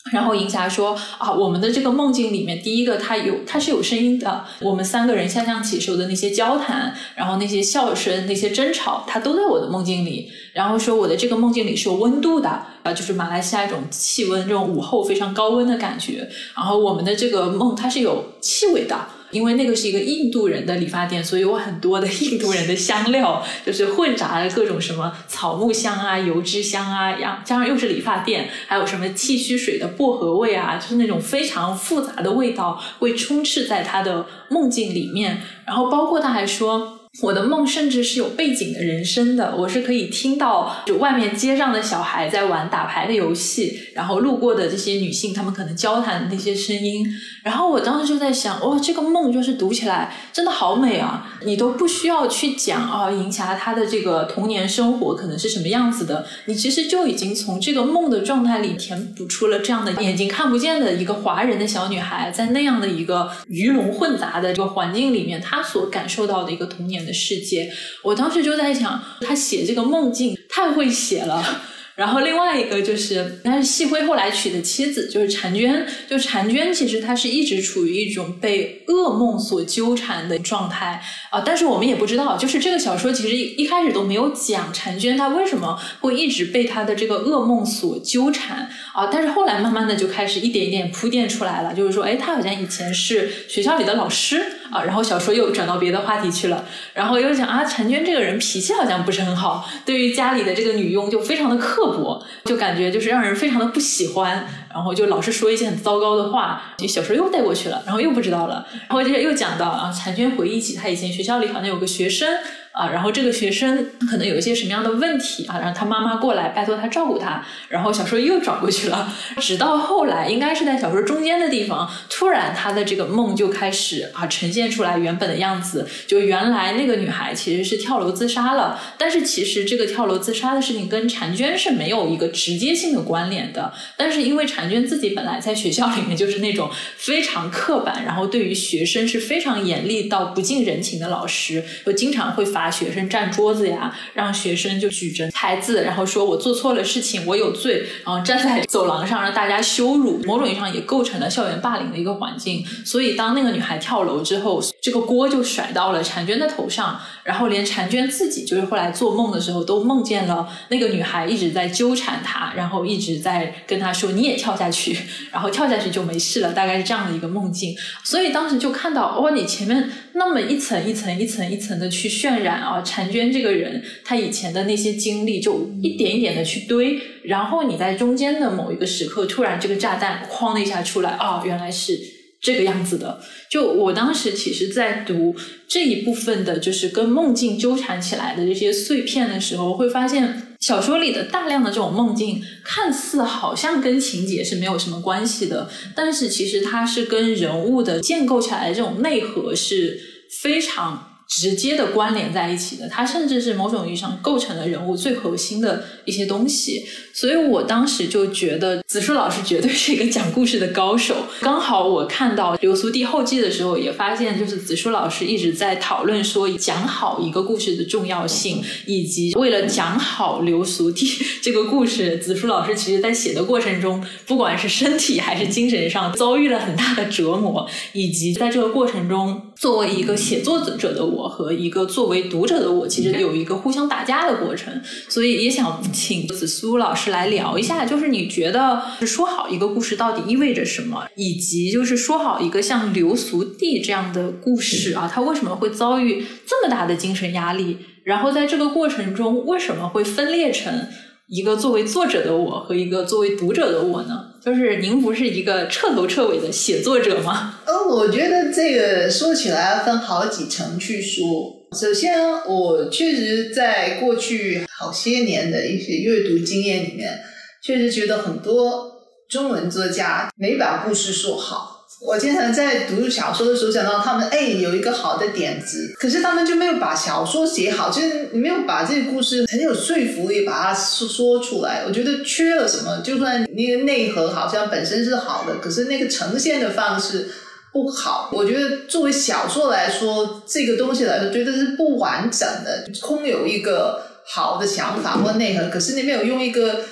然后银霞说啊，我们的这个梦境里面，第一个它是有声音的，我们3个人下象棋时候的那些交谈，然后那些笑声，那些争吵，它都在我的梦境里。然后说我的这个梦境里是有温度的，就是马来西亚一种气温，这种午后非常高温的感觉。然后我们的这个梦它是有气味的，因为那个是一个印度人的理发店，所以有很多的印度人的香料，就是混杂了各种什么草木香啊、油脂香啊，加上又是理发店，还有什么剃须水的薄荷味啊，就是那种非常复杂的味道会充斥在他的梦境里面。然后包括他还说我的梦甚至是有背景的人声的，我是可以听到就外面街上的小孩在玩打牌的游戏，然后路过的这些女性她们可能交谈的那些声音。然后我当时就在想，这个梦就是读起来真的好美啊，你都不需要去讲银霞她的这个童年生活可能是什么样子的，你其实就已经从这个梦的状态里填补出了这样的眼睛看不见的一个华人的小女孩，在那样的一个鱼龙混杂的这个环境里面，她所感受到的一个童年的世界。我当时就在想，她写这个梦境太会写了。然后另外一个就是他是细辉后来娶的妻子，就是婵娟。就婵娟其实她是一直处于一种被噩梦所纠缠的状态但是我们也不知道，就是这个小说其实一开始都没有讲婵娟她为什么会一直被她的这个噩梦所纠缠但是后来慢慢的就开始一点一点铺垫出来了，就是说她好像以前是学校里的老师然后小说又转到别的话题去了，然后又讲婵娟这个人脾气好像不是很好，对于家里的这个女佣就非常的刻薄，就感觉就是让人非常的不喜欢，然后就老是说一些很糟糕的话，小说又带过去了，然后又不知道了。然后又讲到婵娟回忆起她以前学校里好像有个学生然后这个学生可能有一些什么样的问题然后他妈妈过来拜托他照顾他，然后小说又转过去了，直到后来应该是在小说中间的地方，突然他的这个梦就开始呈现出来原本的样子，就原来那个女孩其实是跳楼自杀了，但是其实这个跳楼自杀的事情跟婵娟是没有一个直接性的关联的，但是因为婵娟自己本来在学校里面就是那种非常刻板，然后对于学生是非常严厉到不近人情的老师，就经常会罚学生站桌子呀，让学生就举着牌子，然后说我做错了事情，我有罪，然后站在走廊上让大家羞辱，某种意义上也构成了校园霸凌的一个环境。所以当那个女孩跳楼之后，这个锅就甩到了婵娟的头上，然后连婵娟自己就是后来做梦的时候都梦见了那个女孩一直在纠缠她，然后一直在跟她说你也跳下去，然后跳下去就没事了，大概是这样的一个梦境。所以当时就看到你前面那么一层一层一层一层的去渲染婵娟这个人她以前的那些经历就一点一点的去堆，然后你在中间的某一个时刻突然这个炸弹哐的一下出来原来是这个样子的。就我当时其实在读这一部分的就是跟梦境纠缠起来的这些碎片的时候，会发现小说里的大量的这种梦境看似好像跟情节是没有什么关系的，但是其实它是跟人物的建构起来的这种内核是非常直接的关联在一起的，它甚至是某种意义上构成了人物最核心的一些东西。所以我当时就觉得子舒老师绝对是一个讲故事的高手。刚好我看到流苏地后记的时候也发现，就是子舒老师一直在讨论说讲好一个故事的重要性，以及为了讲好流苏地这个故事，子舒老师其实在写的过程中不管是身体还是精神上遭遇了很大的折磨，以及在这个过程中作为一个写作者的我和一个作为读者的我其实有一个互相打架的过程。所以也想请子舒老师来聊一下，就是你觉得说好一个故事到底意味着什么，以及就是说好一个像流苏地这样的故事它为什么会遭遇这么大的精神压力，然后在这个过程中为什么会分裂成一个作为作者的我和一个作为读者的我呢？就是您不是一个彻头彻尾的写作者吗？ 我觉得这个说起来要分好几层去说。首先我确实在过去好些年的一些阅读经验里面，确实觉得很多中文作家没把故事说好。我经常在读小说的时候想到他们有一个好的点子，可是他们就没有把小说写好，就是没有把这个故事很有说服力把它说出来。我觉得缺了什么，就算那个内核好像本身是好的，可是那个呈现的方式不好。我觉得作为小说来说，这个东西来说觉得是不完整的，空有一个好的想法或内核，可是你没有用一个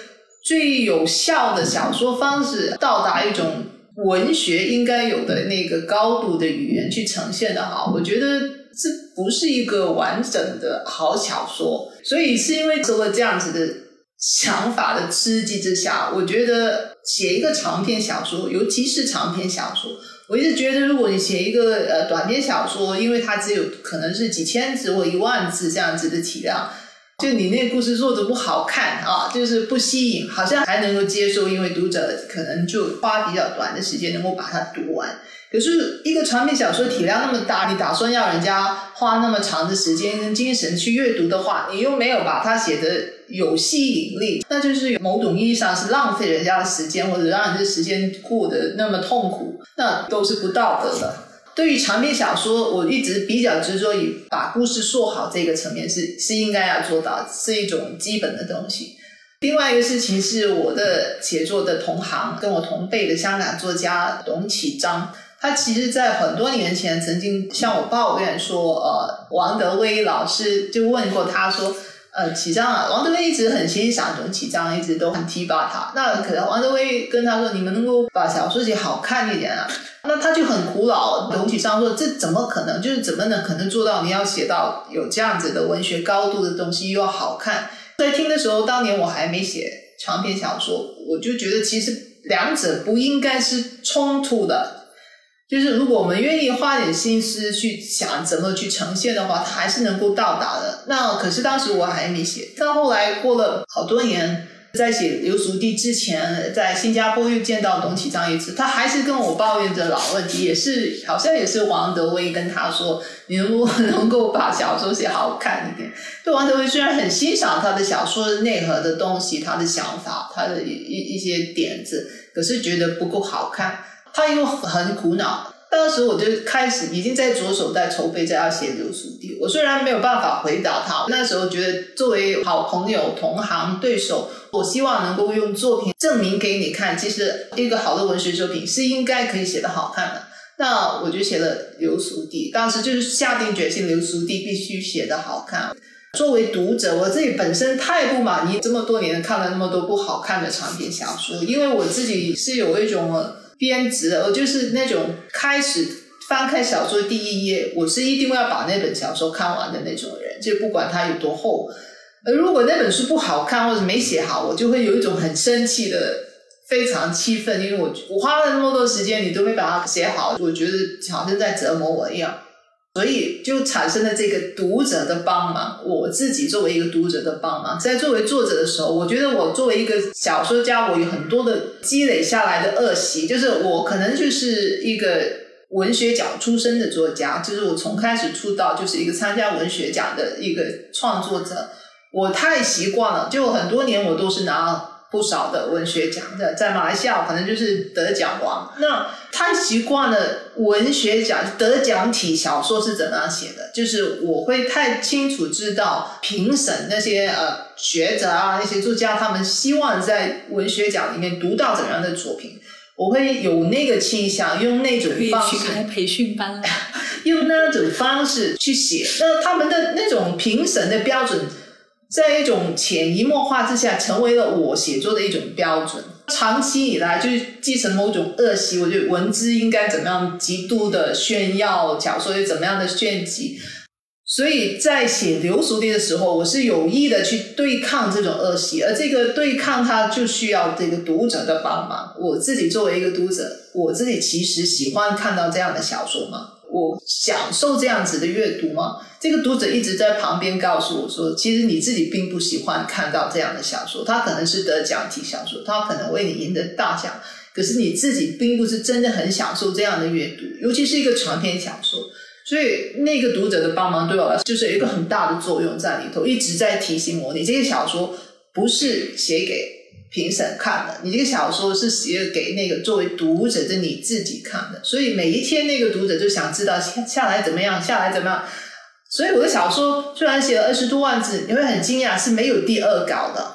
最有效的小说方式，到达一种文学应该有的那个高度的语言去呈现的好，我觉得这不是一个完整的好小说。所以是因为受了这样子的想法的刺激之下，我觉得写一个长篇小说，尤其是长篇小说，我一直觉得如果你写一个短篇小说，因为它只有可能是几千字或10000字这样子的体量，就你那个故事做得不好看啊，就是不吸引，好像还能够接受，因为读者可能就花比较短的时间能够把它读完。可是一个长篇小说体量那么大，你打算要人家花那么长的时间跟精神去阅读的话，你又没有把它写得有吸引力，那就是某种意义上是浪费人家的时间，或者让人家时间过得那么痛苦，那都是不道德的。对于长篇小说，我一直比较执着于把故事说好这个层面是应该要做到，是一种基本的东西。另外一个事情是我的写作的同行，跟我同辈的香港作家董启章，他其实在很多年前曾经向我抱怨说，王德威老师就问过他说，启章啊，王德威一直很欣赏董启章，一直都很提拔他。那可能王德威跟他说，你们能够把小说写好看一点啊？那他就很苦恼。董启章说，这怎么可能？就是怎么能可能做到你要写到有这样子的文学高度的东西又要好看？在听的时候，当年我还没写长篇小说，我就觉得其实两者不应该是冲突的。就是如果我们愿意花点心思去想怎么去呈现的话，它还是能够到达的。那可是当时我还没写，到后来过了好多年，在写流俗地之前，在新加坡又见到董启章一次，他还是跟我抱怨着老问题，也是好像也是王德威跟他说，你能够把小说写好看一点。对，王德威虽然很欣赏他的小说内核的东西，他的想法，他的一些点子，可是觉得不够好看，他又很苦恼。当时我就开始已经在着手在筹备着要写流俗地，我虽然没有办法回答他，那时候觉得作为好朋友同行对手，我希望能够用作品证明给你看，其实一个好的文学作品是应该可以写得好看的。那我就写了流俗地，当时就是下定决心流俗地必须写得好看。作为读者，我自己本身太不满意这么多年看了那么多不好看的长篇小说，因为我自己是有一种编辑的，我就是那种开始翻开小说第一页，我是一定要把那本小说看完的那种人，就不管它有多厚。如果那本书不好看或者没写好，我就会有一种很生气的非常气愤，因为我花了那么多时间你都没把它写好，我觉得好像在折磨我一样。所以就产生了这个读者的帮忙，我自己作为一个读者的帮忙。在作为作者的时候，我觉得我作为一个小说家，我有很多的积累下来的恶习，就是我可能就是一个文学奖出身的作家，就是我从开始出道就是一个参加文学奖的一个创作者，我太习惯了，就很多年我都是拿不少的文学奖的，在马来西亚可能就是得奖王。那太习惯了文学奖得奖体小说是怎样写的，就是我会太清楚知道评审那些学者啊，那些作家他们希望在文学奖里面读到怎样的作品，我会有那个倾向，用那种方式可以去开培训班了用那种方式去写。那他们的那种评审的标准在一种潜移默化之下成为了我写作的一种标准，长期以来就继承某种恶习，我觉得文字应该怎么样极度的炫耀，小说又怎么样的炫技。所以在写流俗地的时候，我是有意的去对抗这种恶习，而这个对抗它就需要这个读者的帮忙。我自己作为一个读者，我自己其实喜欢看到这样的小说吗？我享受这样子的阅读吗？这个读者一直在旁边告诉我说，其实你自己并不喜欢看到这样的小说，它可能是得奖体小说，它可能为你赢得大奖，可是你自己并不是真的很享受这样的阅读，尤其是一个长篇小说。所以那个读者的帮忙对我来说就是有一个很大的作用在里头，一直在提醒我，你这个小说不是写给评审看的，你这个小说是写给那个作为读者的你自己看的。所以每一天那个读者就想知道下来怎么样，下来怎么样。所以我的小说虽然写了20多万字，你会很惊讶是没有第二稿的，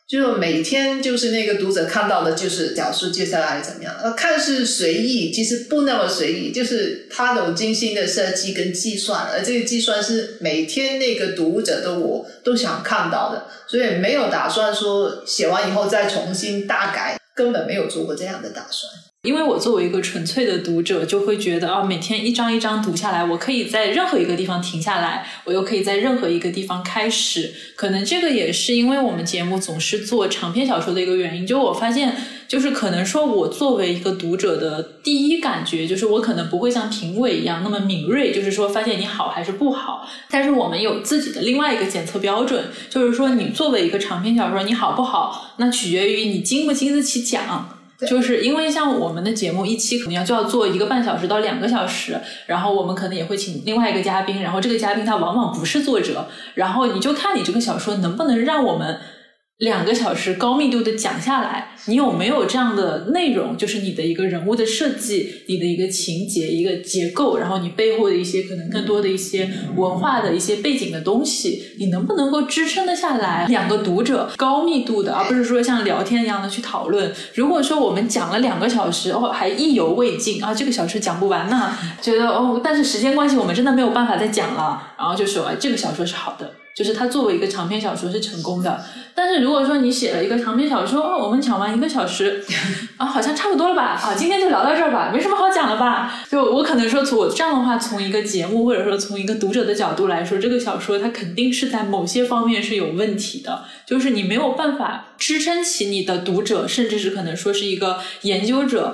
就每天就是那个读者看到的就是小说接下来怎么样，看似随意，其实不那么随意，就是他有精心的设计跟计算，而这个计算是每天那个读者的我都想看到的，所以没有打算说写完以后再重新大改，根本没有做过这样的打算。 因为我作为一个纯粹的读者，就会觉得每天一章一章读下来，我可以在任何一个地方停下来，我又可以在任何一个地方开始。可能这个也是因为我们节目总是做长篇小说的一个原因，就我发现就是可能说我作为一个读者的第一感觉，就是我可能不会像评委一样那么敏锐，就是说发现你好还是不好，但是我们有自己的另外一个检测标准，就是说你作为一个长篇小说你好不好，那取决于你经不经得起讲。就是因为像我们的节目一期可能就要做1个半小时到2个小时，然后我们可能也会请另外一个嘉宾，然后这个嘉宾他往往不是作者，然后你就看你这个小说能不能让我们2个小时高密度的讲下来，你有没有这样的内容，就是你的一个人物的设计，你的一个情节，一个结构，然后你背后的一些可能更多的一些文化的一些背景的东西，你能不能够支撑得下来2个读者高密度的，而不是说像聊天一样的去讨论。如果说我们讲了2个小时还意犹未尽这个小说讲不完呢，觉得但是时间关系我们真的没有办法再讲了，然后就说这个小说是好的，就是它作为一个长篇小说是成功的。但是如果说你写了一个长篇小说我们讲完1个小时好像差不多了吧今天就聊到这儿吧，没什么好讲了吧，就我可能说我这样的话，从一个节目或者说从一个读者的角度来说，这个小说它肯定是在某些方面是有问题的，就是你没有办法支撑起你的读者，甚至是可能说是一个研究者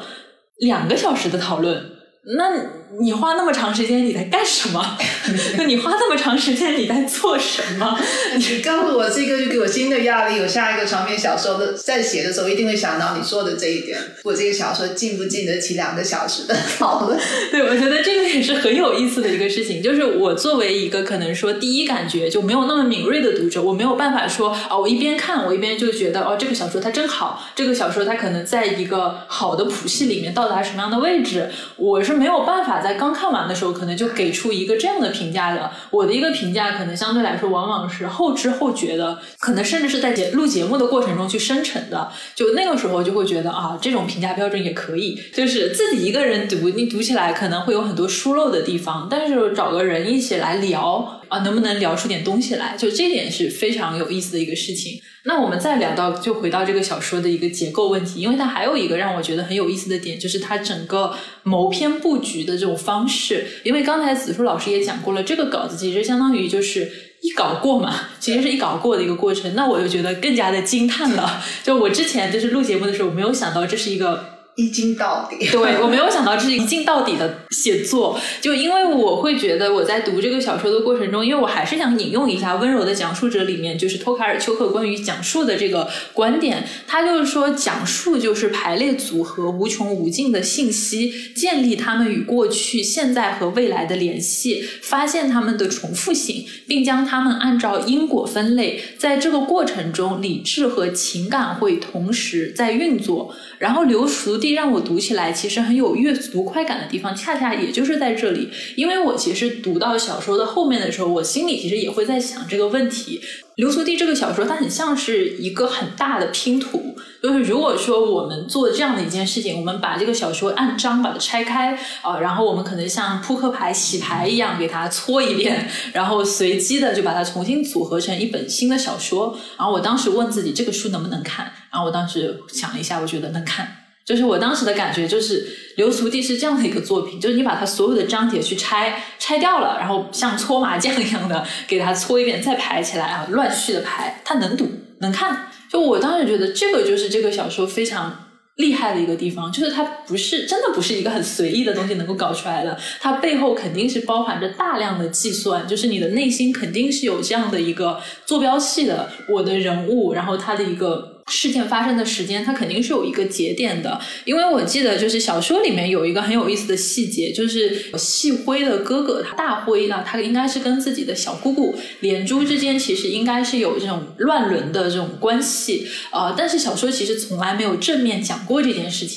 2个小时的讨论。那你花那么长时间你在干什么？你花那么长时间你在做什么？ 你告诉我这个就给我新的压力，我下一个长篇小说的在写的时候一定会想到你说的这一点，我这个小说经不经得起2个小时的讨论。 对，我觉得这个也是很有意思的一个事情，就是我作为一个可能说第一感觉就没有那么敏锐的读者，我没有办法说我一边看我一边就觉得这个小说它真好，这个小说它可能在一个好的谱系里面到达什么样的位置，我是没有办法在刚看完的时候可能就给出一个这样的评价的。我的一个评价可能相对来说往往是后知后觉的，可能甚至是在录节目的过程中去生成的，就那个时候就会觉得这种评价标准也可以，就是自己一个人读，你读起来可能会有很多疏漏的地方，但是找个人一起来聊能不能聊出点东西来，就这点是非常有意思的一个事情。那我们再聊到就回到这个小说的一个结构问题，因为它还有一个让我觉得很有意思的点，就是它整个谋篇布局的这种方式。因为刚才子舒老师也讲过了，这个稿子其实相当于就是一稿过嘛，其实是一稿过的一个过程，那我就觉得更加的惊叹了。就我之前就是录节目的时候，我没有想到这是一个一镜到底。 对，我没有想到这是一镜到底的写作，就因为我会觉得我在读这个小说的过程中，因为我还是想引用一下《温柔的讲述者》里面就是托卡尔丘克关于讲述的这个观点，他就是说讲述就是排列组合无穷无尽的信息，建立他们与过去、现在和未来的联系，发现他们的重复性，并将他们按照因果分类，在这个过程中理智和情感会同时在运作。然后流俗地让我读起来其实很有阅读快感的地方，恰恰也就是在这里。因为我其实读到小说的后面的时候，我心里其实也会在想这个问题。流俗地这个小说它很像是一个很大的拼图，就是如果说我们做这样的一件事情，我们把这个小说按章把它拆开然后我们可能像扑克牌洗牌一样给它搓一遍，然后随机的就把它重新组合成一本新的小说。然后我当时问自己这个书能不能看，然后我当时想了一下，我觉得能看。就是我当时的感觉就是流俗地是这样的一个作品，就是你把它所有的章节去拆掉了，然后像搓麻将一样的给它搓一遍再排起来乱序的排，它能读能看。就我当时觉得这个就是这个小说非常厉害的一个地方，就是它真的不是一个很随意的东西能够搞出来的，它背后肯定是包含着大量的计算，就是你的内心肯定是有这样的一个坐标系的，我的人物，然后它的一个事件发生的时间，它肯定是有一个节点的。因为我记得就是小说里面有一个很有意思的细节，就是细辉的哥哥大辉他应该是跟自己的小姑姑连珠之间其实应该是有这种乱伦的这种关系但是小说其实从来没有正面讲过这件事情。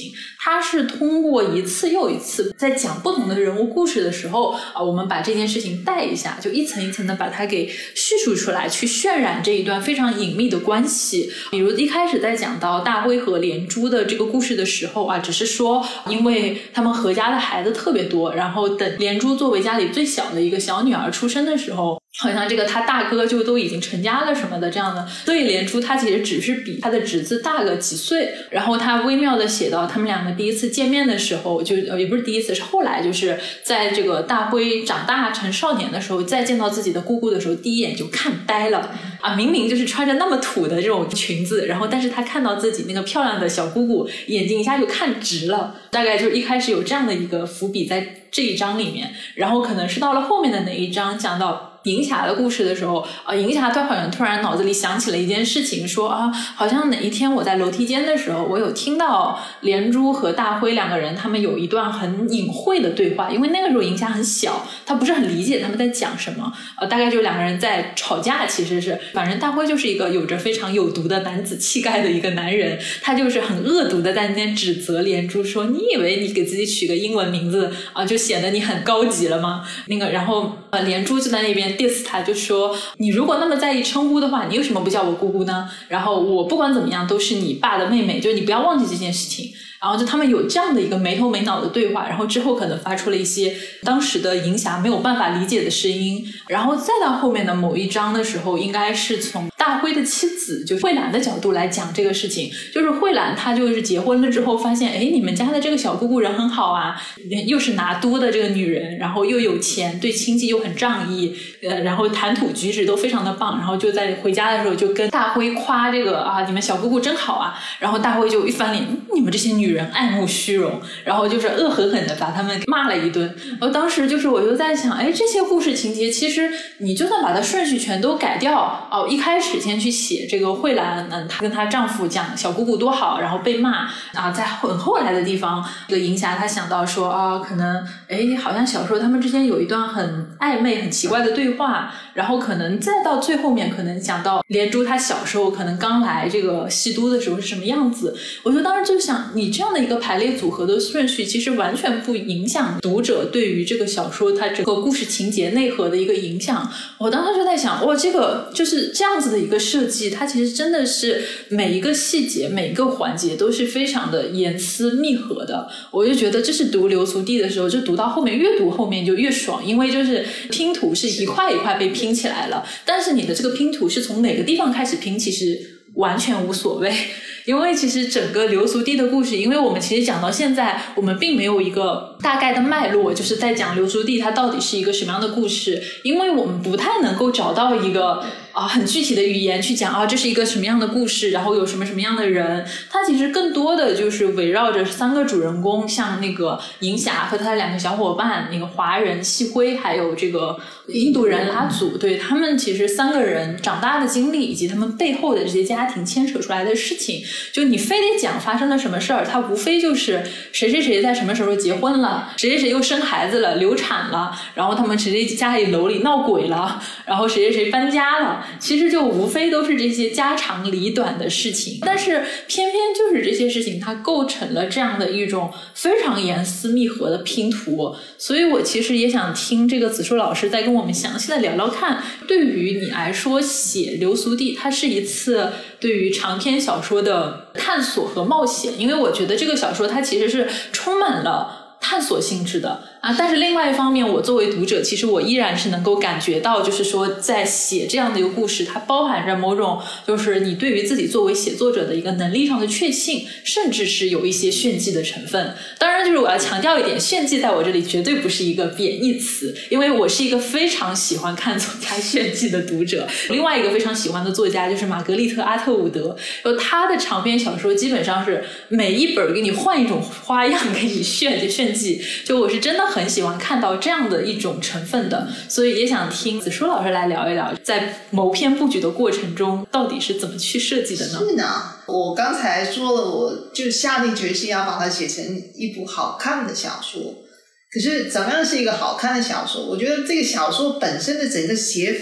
它是通过一次又一次在讲不同的人物故事的时候我们把这件事情带一下，就一层一层的把它给叙述出来，去渲染这一段非常隐秘的关系。比如一开始在讲到大辉和连珠的这个故事的时候只是说因为他们何家的孩子特别多，然后等连珠作为家里最小的一个小女儿出生的时候，好像这个他大哥就都已经成家了什么的这样的，所以连珠他其实只是比他的侄子大个几岁。然后他微妙的写到他们两个第一次见面的时候，就也不是第一次，是后来就是在这个大辉长大成少年的时候，再见到自己的姑姑的时候，第一眼就看呆了明明就是穿着那么土的这种裙子，然后但是他看到自己那个漂亮的小姑姑，眼睛一下就看直了。大概就一开始有这样的一个伏笔在这一章里面，然后可能是到了后面的哪一章讲到银霞的故事的时候银霞她好像突然脑子里想起了一件事情，说好像哪一天我在楼梯间的时候，我有听到连珠和大辉两个人他们有一段很隐晦的对话，因为那个时候银霞很小，她不是很理解他们在讲什么大概就两个人在吵架，其实是反正大辉就是一个有着非常有毒的男子气概的一个男人，他就是很恶毒的在那边指责连珠说，你以为你给自己取个英文名字就显得你很高级了吗？然后连珠就在那边 diss 他，就说你如果那么在意称呼的话，你为什么不叫我姑姑呢？然后我不管怎么样都是你爸的妹妹，就是你不要忘记这件事情。然后就他们有这样的一个没头没脑的对话，然后之后可能发出了一些当时的银霞没有办法理解的声音，然后再到后面的某一章的时候，应该是从大辉的妻子就是慧兰的角度来讲这个事情，就是慧兰她就是结婚了之后发现你们家的这个小姑姑人很好又是拿督的这个女人，然后又有钱，对亲戚又很仗义然后谈吐举止都非常的棒，然后就在回家的时候就跟大辉夸这个你们小姑姑真好然后大辉就一翻脸，你们这些女人爱慕虚荣，然后就是恶狠狠的把他们骂了一顿。然后当时就是我就在想这些故事情节其实你就算把它顺序全都改掉一开始先去写这个慧兰她跟她丈夫讲小姑姑多好，然后被骂在很后来的地方这个银霞她想到说可能好像小时候他们之间有一段很暧昧很奇怪的对话，然后可能再到最后面可能讲到连珠她小时候可能刚来这个西都的时候是什么样子。我就当时就想你这样的一个排列组合的顺序其实完全不影响读者对于这个小说它整个故事情节内核的一个影响。我当时就在想这个就是这样子的一个设计，它其实真的是每一个细节每一个环节都是非常的严丝密合的。我就觉得这是读流苏地的时候就读到后面越读后面就越爽，因为就是拼图是一块一块被拼起来了，但是你的这个拼图是从哪个地方开始拼其实完全无所谓。因为其实整个流苏地的故事，因为我们其实讲到现在我们并没有一个大概的脉络，就是在讲流苏地它到底是一个什么样的故事，因为我们不太能够找到一个很具体的语言去讲这是一个什么样的故事，然后有什么什么样的人。它其实更多的就是围绕着三个主人公，像那个银霞和他的两个小伙伴，那个华人细辉还有这个印度人拉祖，对，他们其实三个人长大的经历以及他们背后的这些家庭牵扯出来的事情，就你非得讲发生了什么事儿，它无非就是谁谁谁在什么时候结婚了，谁谁谁又生孩子了流产了，然后他们谁谁家里楼里闹鬼了，然后谁谁谁搬家了，其实就无非都是这些家长里短的事情。但是偏偏就是这些事情它构成了这样的一种非常严丝密合的拼图。所以我其实也想听这个子舒老师再跟我们详细的聊聊看，对于你来说写流苏地它是一次对于长篇小说的探索和冒险，因为我觉得这个小说它其实是充满了探索性质的但是另外一方面我作为读者其实我依然是能够感觉到就是说在写这样的一个故事它包含着某种就是你对于自己作为写作者的一个能力上的确信，甚至是有一些炫技的成分。当然就是我要强调一点，炫技在我这里绝对不是一个贬义词，因为我是一个非常喜欢看作家炫技的读者。另外一个非常喜欢的作家就是玛格丽特·阿特伍德，他的长篇小说基本上是每一本给你换一种花样给你炫技，就我是真的很喜欢看到这样的一种成分的。所以也想听子舒老师来聊一聊在谋篇布局的过程中到底是怎么去设计的呢？ 是呢，我刚才说了，我就下定决心要把它写成一部好看的小说。可是怎么样是一个好看的小说？我觉得这个小说本身的整个写法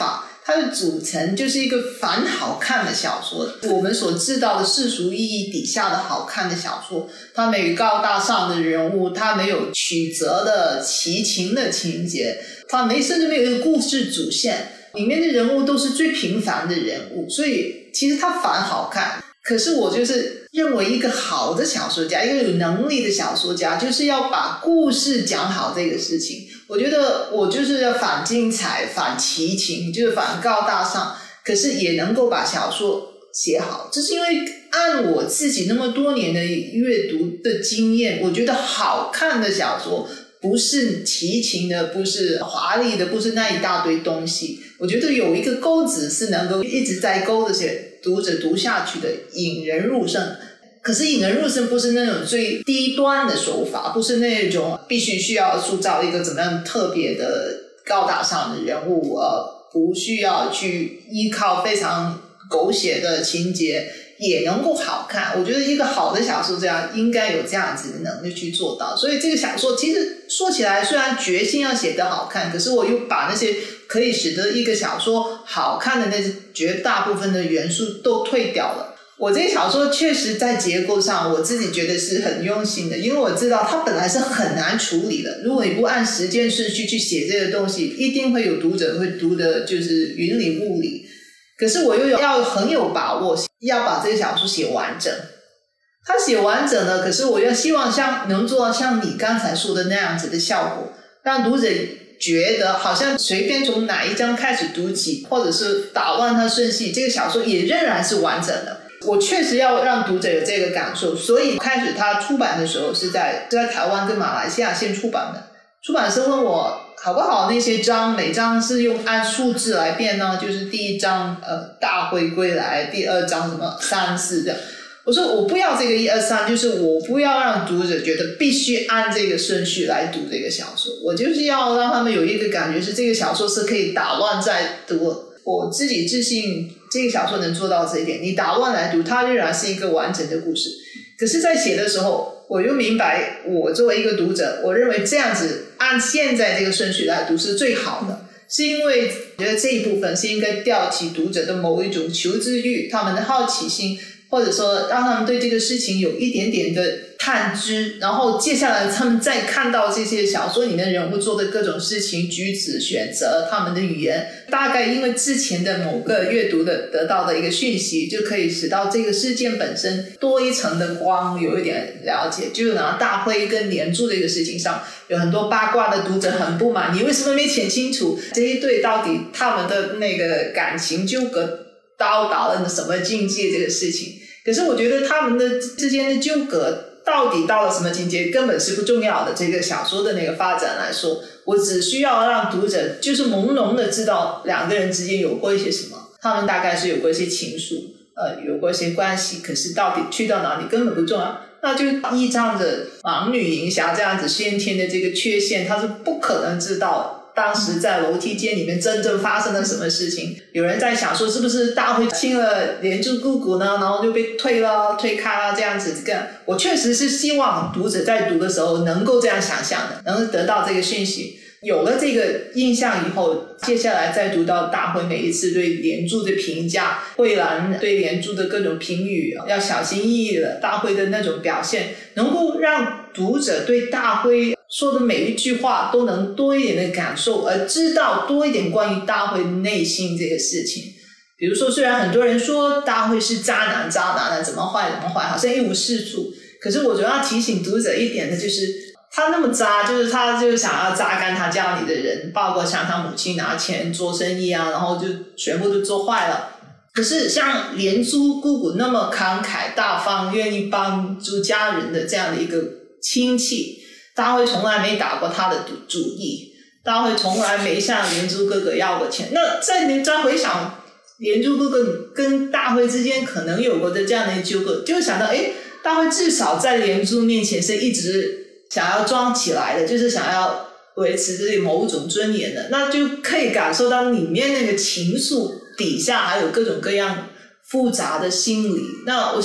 它的组成就是一个反好看的小说，我们所知道的世俗意义底下的好看的小说，它没有高大上的人物，它没有曲折的奇情的情节，它甚至没有一个故事主线，里面的人物都是最平凡的人物，所以其实它反好看。可是我就是认为一个好的小说家，一个有能力的小说家，就是要把故事讲好这个事情。我觉得我就是要反精彩，反奇情，就是反高大上，可是也能够把小说写好。这是因为按我自己那么多年的阅读的经验，我觉得好看的小说不是奇情的，不是华丽的，不是那一大堆东西。我觉得有一个钩子是能够一直在勾着些读者读下去的，引人入胜。可是引人入胜不是那种最低端的手法，不是那种必须需要塑造一个怎么样特别的高大上的人物，不需要去依靠非常狗血的情节也能够好看。我觉得一个好的小说家应该有这样子的能力去做到。所以这个小说其实说起来虽然决心要写得好看，可是我又把那些可以使得一个小说好看的那绝大部分的元素都退掉了。我这个小说确实在结构上我自己觉得是很用心的，因为我知道它本来是很难处理的，如果你不按时间顺序去写这个东西，一定会有读者会读的就是云里雾里。可是我又要很有把握要把这个小说写完整，它写完整了，可是我又希望能做到像你刚才说的那样子的效果，让读者觉得好像随便从哪一章开始读起，或者是打乱它顺序，这个小说也仍然是完整的。我确实要让读者有这个感受，所以开始它出版的时候是在台湾跟马来西亚先出版的。出版社问我好不好，那些章每章是用按数字来编呢，就是第一章大会归来，第二章什么3、4这样。我说我不要这个1、2、3，就是我不要让读者觉得必须按这个顺序来读这个小说，我就是要让他们有一个感觉是这个小说是可以打乱再读。我自己自信这个小说能做到这一点，你打乱来读它仍然是一个完整的故事。可是在写的时候我又明白，我作为一个读者，我认为这样子按现在这个顺序来读是最好的，是因为我觉得这一部分是应该吊起读者的某一种求知欲，他们的好奇心，或者说让他们对这个事情有一点点的探知，然后接下来他们再看到这些小说里面人物做的各种事情举止选择，他们的语言大概因为之前的某个阅读的得到的一个讯息，就可以使到这个事件本身多一层的光，有一点了解。就拿大辉跟连珠这个事情上，有很多八卦的读者很不满，你为什么没写清楚这一对到底他们的那个感情纠葛到达了什么境界这个事情。可是我觉得他们的之间的纠葛到底到了什么境界根本是不重要的，这个小说的那个发展来说，我只需要让读者就是朦胧的知道两个人之间有过一些什么，他们大概是有过一些情愫，有过一些关系，可是到底去到哪里根本不重要。那就依仗着盲女银霞这样子先天的这个缺陷，他是不可能知道当时在楼梯间里面真正发生了什么事情。有人在想说是不是大辉亲了连珠姑姑呢，然后就被推开了这样子。这个我确实是希望读者在读的时候能够这样想象的，能得到这个讯息。有了这个印象以后，接下来再读到大辉每一次对连珠的评价，慧兰对连珠的各种评语，要小心翼翼的大辉的那种表现，能够让读者对大辉说的每一句话都能多一点的感受，而知道多一点关于大辉内心这个事情。比如说虽然很多人说大辉是渣男怎么坏，好像一无是处，可是我主要提醒读者一点的就是他那么渣，就是他就想要榨干他家里的人，包括向他母亲拿钱做生意啊，然后就全部都做坏了。可是像连珠姑姑那么慷慨大方，愿意帮助家人的这样的一个亲戚，大辉从来没打过他的主意，大辉从来没向连珠哥哥要过钱。那再回想连珠哥哥跟大辉之间可能有过的这样的纠葛，就想到大辉至少在连珠面前是一直想要装起来的，就是想要维持自己某种尊严的，那就可以感受到里面那个情愫底下还有各种各样复杂的心理。那我想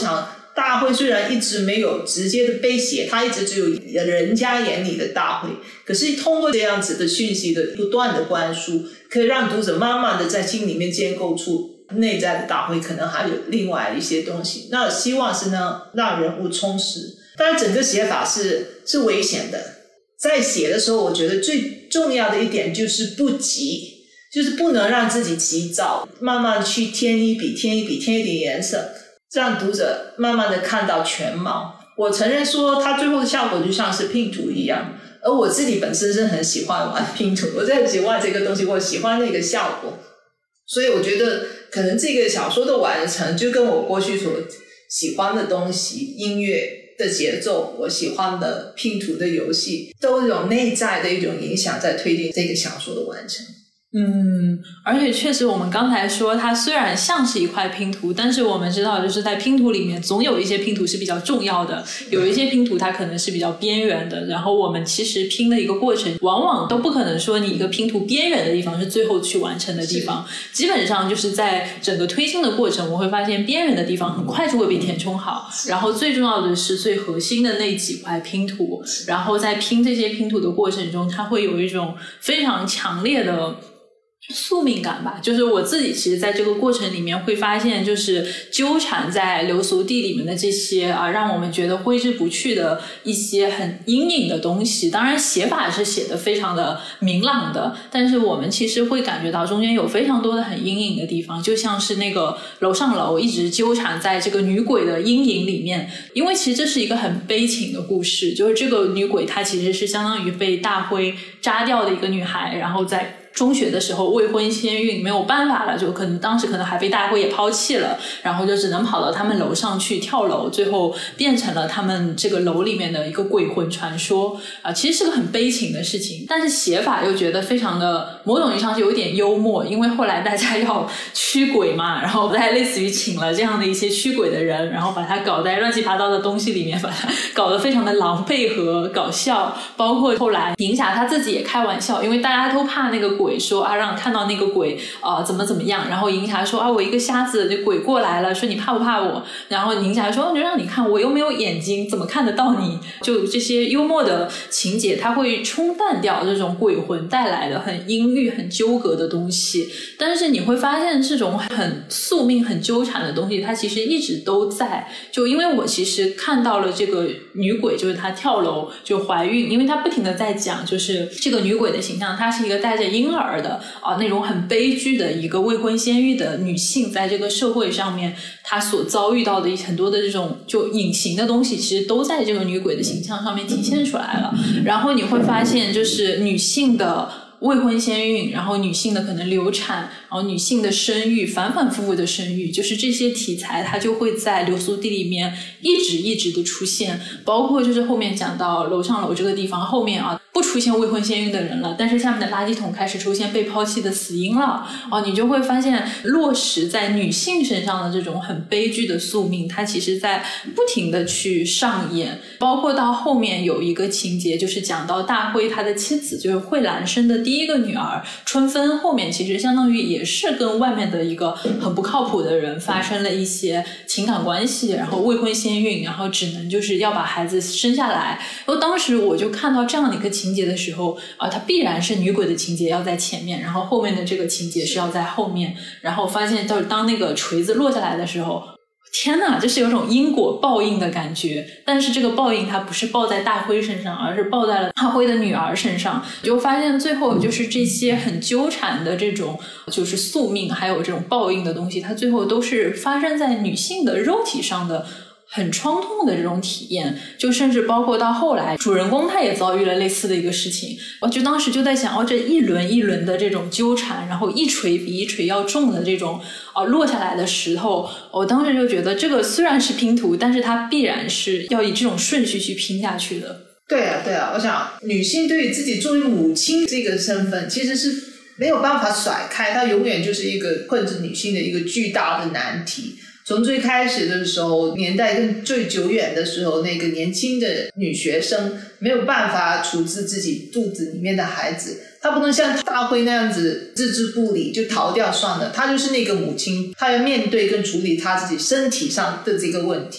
大辉虽然一直没有直接的被写，他一直只有人家眼里的大辉，可是通过这样子的讯息的不断的灌输，可以让读者慢慢的在心里面建构出内在的大辉可能还有另外一些东西。那希望是呢让人物充实，当然整个写法是危险的。在写的时候，我觉得最重要的一点就是不急，就是不能让自己急躁，慢慢去添一笔添一点颜色，让读者慢慢的看到全貌。我承认说它最后的效果就像是拼图一样，而我自己本身是很喜欢玩拼图，我在喜欢这个东西，我喜欢那个效果，所以我觉得可能这个小说的完成就跟我过去所喜欢的东西，音乐的节奏，我喜欢的拼图的游戏，都有内在的一种影响在推进这个小说的完成。 而且确实我们刚才说它虽然像是一块拼图，但是我们知道就是在拼图里面总有一些拼图是比较重要的，有一些拼图它可能是比较边缘的，然后我们其实拼的一个过程往往都不可能说你一个拼图边缘的地方是最后去完成的地方，基本上就是在整个推进的过程我会发现边缘的地方很快就会被填充好，然后最重要的是最核心的那几块拼图，然后在拼这些拼图的过程中它会有一种非常强烈的宿命感吧，就是我自己其实在这个过程里面会发现，就是纠缠在流俗地里面的这些让我们觉得挥之不去的一些很阴影的东西，当然写法是写得非常的明朗的，但是我们其实会感觉到中间有非常多的很阴影的地方，就像是那个楼上楼一直纠缠在这个女鬼的阴影里面，因为其实这是一个很悲情的故事，就是这个女鬼她其实是相当于被大辉扎掉的一个女孩，然后在中学的时候未婚先孕，没有办法了，就可能当时可能还被大辉也抛弃了，然后就只能跑到他们楼上去跳楼，最后变成了他们这个楼里面的一个鬼魂传说其实是个很悲情的事情，但是写法又觉得非常的某种意义上是有点幽默，因为后来大家要驱鬼嘛，然后大家类似于请了这样的一些驱鬼的人，然后把它搞在乱七八糟的东西里面，把它搞得非常的狼狈和搞笑，包括后来银霞他自己也开玩笑，因为大家都怕那个鬼说让看到那个鬼怎么样，然后银霞说我一个瞎子，这鬼过来了，说你怕不怕我，然后银霞说就让你看，我又没有眼睛怎么看得到你，就这些幽默的情节它会冲淡掉这种鬼魂带来的很阴郁很纠葛的东西，但是你会发现这种很宿命很纠缠的东西它其实一直都在，就因为我其实看到了这个女鬼，就是她跳楼就怀孕，因为她不停的在讲就是这个女鬼的形象，她是一个带着婴儿的那种很悲剧的一个未婚先孕的女性，在这个社会上面她所遭遇到的很多的这种就隐形的东西其实都在这个女鬼的形象上面体现出来了，然后你会发现就是女性的未婚先孕，然后女性的可能流产，然后女性的生育，反反复复的生育，就是这些题材它就会在流俗地里面一直的出现，包括就是后面讲到楼上楼这个地方，后面不出现未婚先孕的人了，但是下面的垃圾桶开始出现被抛弃的死婴了你就会发现落实在女性身上的这种很悲剧的宿命它其实在不停的去上演，包括到后面有一个情节就是讲到大辉他的妻子就是慧兰生的第一个女儿春芬，后面其实相当于也是跟外面的一个很不靠谱的人发生了一些情感关系，然后未婚先孕，然后只能就是要把孩子生下来，然后当时我就看到这样的一个情节的时候它必然是女鬼的情节要在前面，然后后面的这个情节是要在后面，然后发现就是当那个锤子落下来的时候，天哪，这是有种因果报应的感觉，但是这个报应它不是报在大辉身上，而是报在了大辉的女儿身上，就发现最后就是这些很纠缠的这种就是宿命还有这种报应的东西，它最后都是发生在女性的肉体上的很创痛的这种体验，就甚至包括到后来主人公他也遭遇了类似的一个事情，我就当时就在想这一轮一轮的这种纠缠，然后一锤比一锤要重的这种落下来的石头，我当时就觉得这个虽然是拼图，但是它必然是要以这种顺序去拼下去的。 对啊，我想女性对于自己作为母亲这个身份其实是没有办法甩开，它永远就是一个困着女性的一个巨大的难题。从最开始的时候，年代更最久远的时候，那个年轻的女学生没有办法处置自己肚子里面的孩子，她不能像大辉那样子置之不理就逃掉算了，她就是那个母亲，她要面对跟处理她自己身体上的这个问题。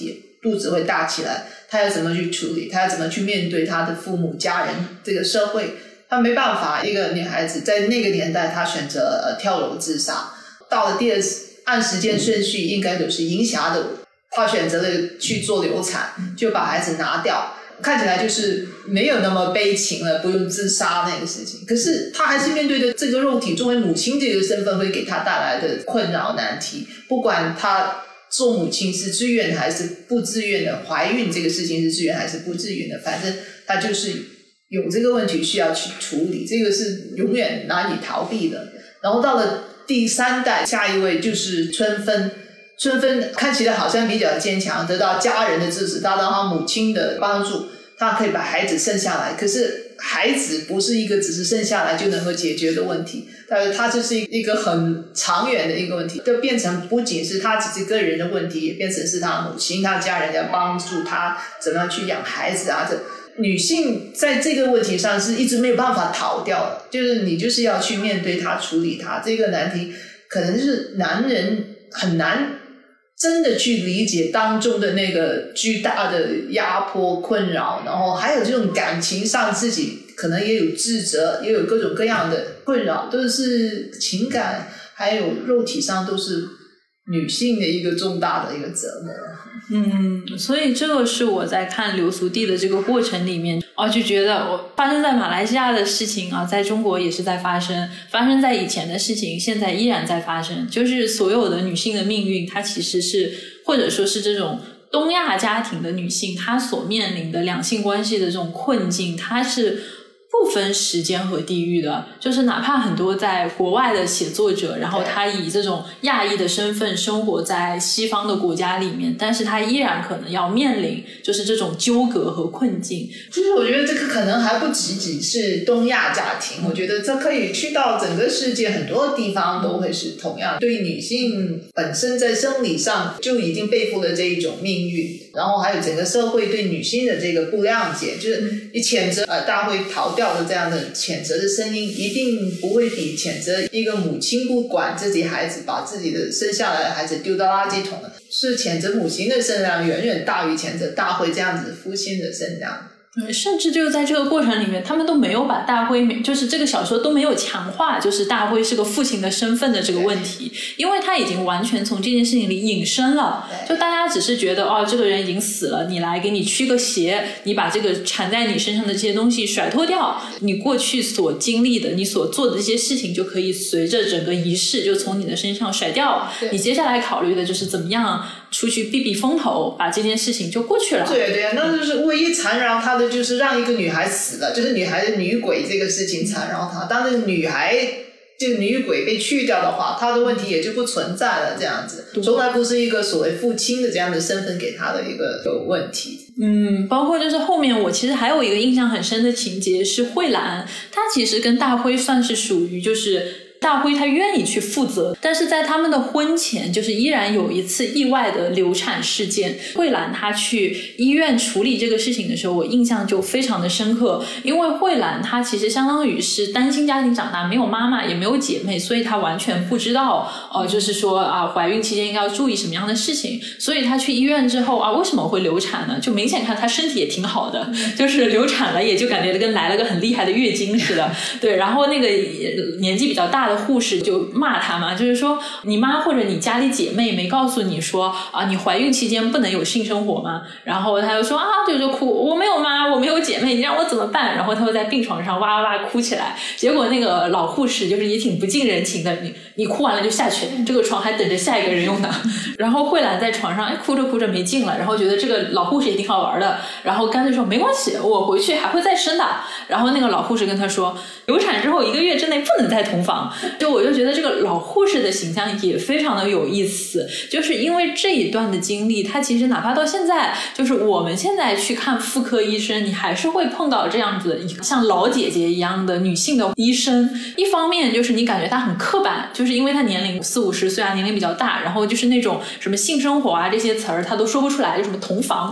肚子会大起来，她要怎么去处理，她要怎么去面对她的父母、家人，这个社会。她没办法，一个女孩子在那个年代她选择跳楼自杀，到了第二次按时间顺序应该都是银霞的，她选择了去做流产，就把孩子拿掉，看起来就是没有那么悲情了，不用自杀那个事情。可是她还是面对着这个肉体作为母亲这个身份会给她带来的困扰难题，不管她做母亲是自愿还是不自愿的，怀孕这个事情是自愿还是不自愿的，反正她就是有这个问题需要去处理，这个是永远难以逃避的。然后到了第3代，下一位就是春芬。春芬看起来好像比较坚强，得到家人的支持，得到她母亲的帮助，她可以把孩子生下来。可是孩子不是一个只是生下来就能够解决的问题，但是它就是一个很长远的一个问题，就变成不仅是她自己个人的问题，也变成是她母亲、她家人要帮助她怎么样去养孩子啊。女性在这个问题上是一直没有办法逃掉的，就是你就是要去面对它、处理它。这个难题可能是男人很难真的去理解当中的那个巨大的压迫困扰，然后还有这种感情上自己可能也有自责，也有各种各样的困扰，都是情感还有肉体上都是女性的一个重大的一个折磨。 所以这个是我在看流俗地的这个过程里面就觉得我发生在马来西亚的事情在中国也是在发生在以前的事情现在依然在发生，就是所有的女性的命运，它其实是或者说是这种东亚家庭的女性她所面临的两性关系的这种困境，它是不分时间和地域的，就是哪怕很多在国外的写作者，然后他以这种亚裔的身份生活在西方的国家里面，但是他依然可能要面临就是这种纠葛和困境。 其实我觉得这个可能还不仅仅是东亚家庭，我觉得这可以去到整个世界很多地方都会是同样，对女性本身在生理上就已经背负了这一种命运，然后还有整个社会对女性的这个不谅解，就是你谴责大会逃掉的这样的谴责的声音一定不会比谴责一个母亲不管自己孩子把自己的生下来的孩子丢到垃圾桶的，是谴责母亲的声量远远大于谴责大会这样子父亲的声量。 甚至就是在这个过程里面他们都没有把大辉就是这个小说都没有强化就是大辉是个父亲的身份的这个问题，因为他已经完全从这件事情里隐身了，就大家只是觉得这个人已经死了，你来给你驱个邪，你把这个缠在你身上的这些东西甩脱掉，你过去所经历的你所做的这些事情就可以随着整个仪式就从你的身上甩掉，你接下来考虑的就是怎么样出去避避风头，把这件事情就过去了。 对，那就是唯一缠绕他的就是让一个女孩死了，就是女孩的女鬼这个事情缠绕他，当这个女孩这个女鬼被去掉的话，他的问题也就不存在了，这样子从来不是一个所谓父亲的这样的身份给他的一个有问题。 包括就是后面我其实还有一个印象很深的情节是慧兰，她其实跟大辉算是属于就是大辉他愿意去负责，但是在他们的婚前就是依然有一次意外的流产事件，慧兰她去医院处理这个事情的时候我印象就非常的深刻，因为慧兰她其实相当于是单亲家庭长大，没有妈妈也没有姐妹，所以她完全不知道就是说怀孕期间应该要注意什么样的事情，所以她去医院之后为什么会流产呢？就明显看她身体也挺好的，就是流产了也就感觉跟来了个很厉害的月经似的。对，然后那个年纪比较大的护士就骂她嘛，就是说你妈或者你家里姐妹没告诉你说你怀孕期间不能有性生活吗？然后她就说就哭，我没有妈，我没有姐妹，你让我怎么办？然后她会在病床上哇哇哇哭起来，结果那个老护士就是也挺不近人情的，你哭完了就下去，这个床还等着下一个人用呢。然后慧兰在床上哭着哭着没劲了，然后觉得这个老护士也挺好玩的，然后干脆说没关系，我回去还会再生的。然后那个老护士跟她说流产之后1个月之内不能再同房。就我就觉得这个老护士的形象也非常的有意思，就是因为这一段的经历，她其实哪怕到现在就是我们现在去看妇科医生，你还是会碰到这样子像老姐姐一样的女性的医生。一方面就是你感觉她很刻板，就是因为她年龄40-50岁年龄比较大，然后就是那种什么性生活这些词儿她都说不出来，就什么同房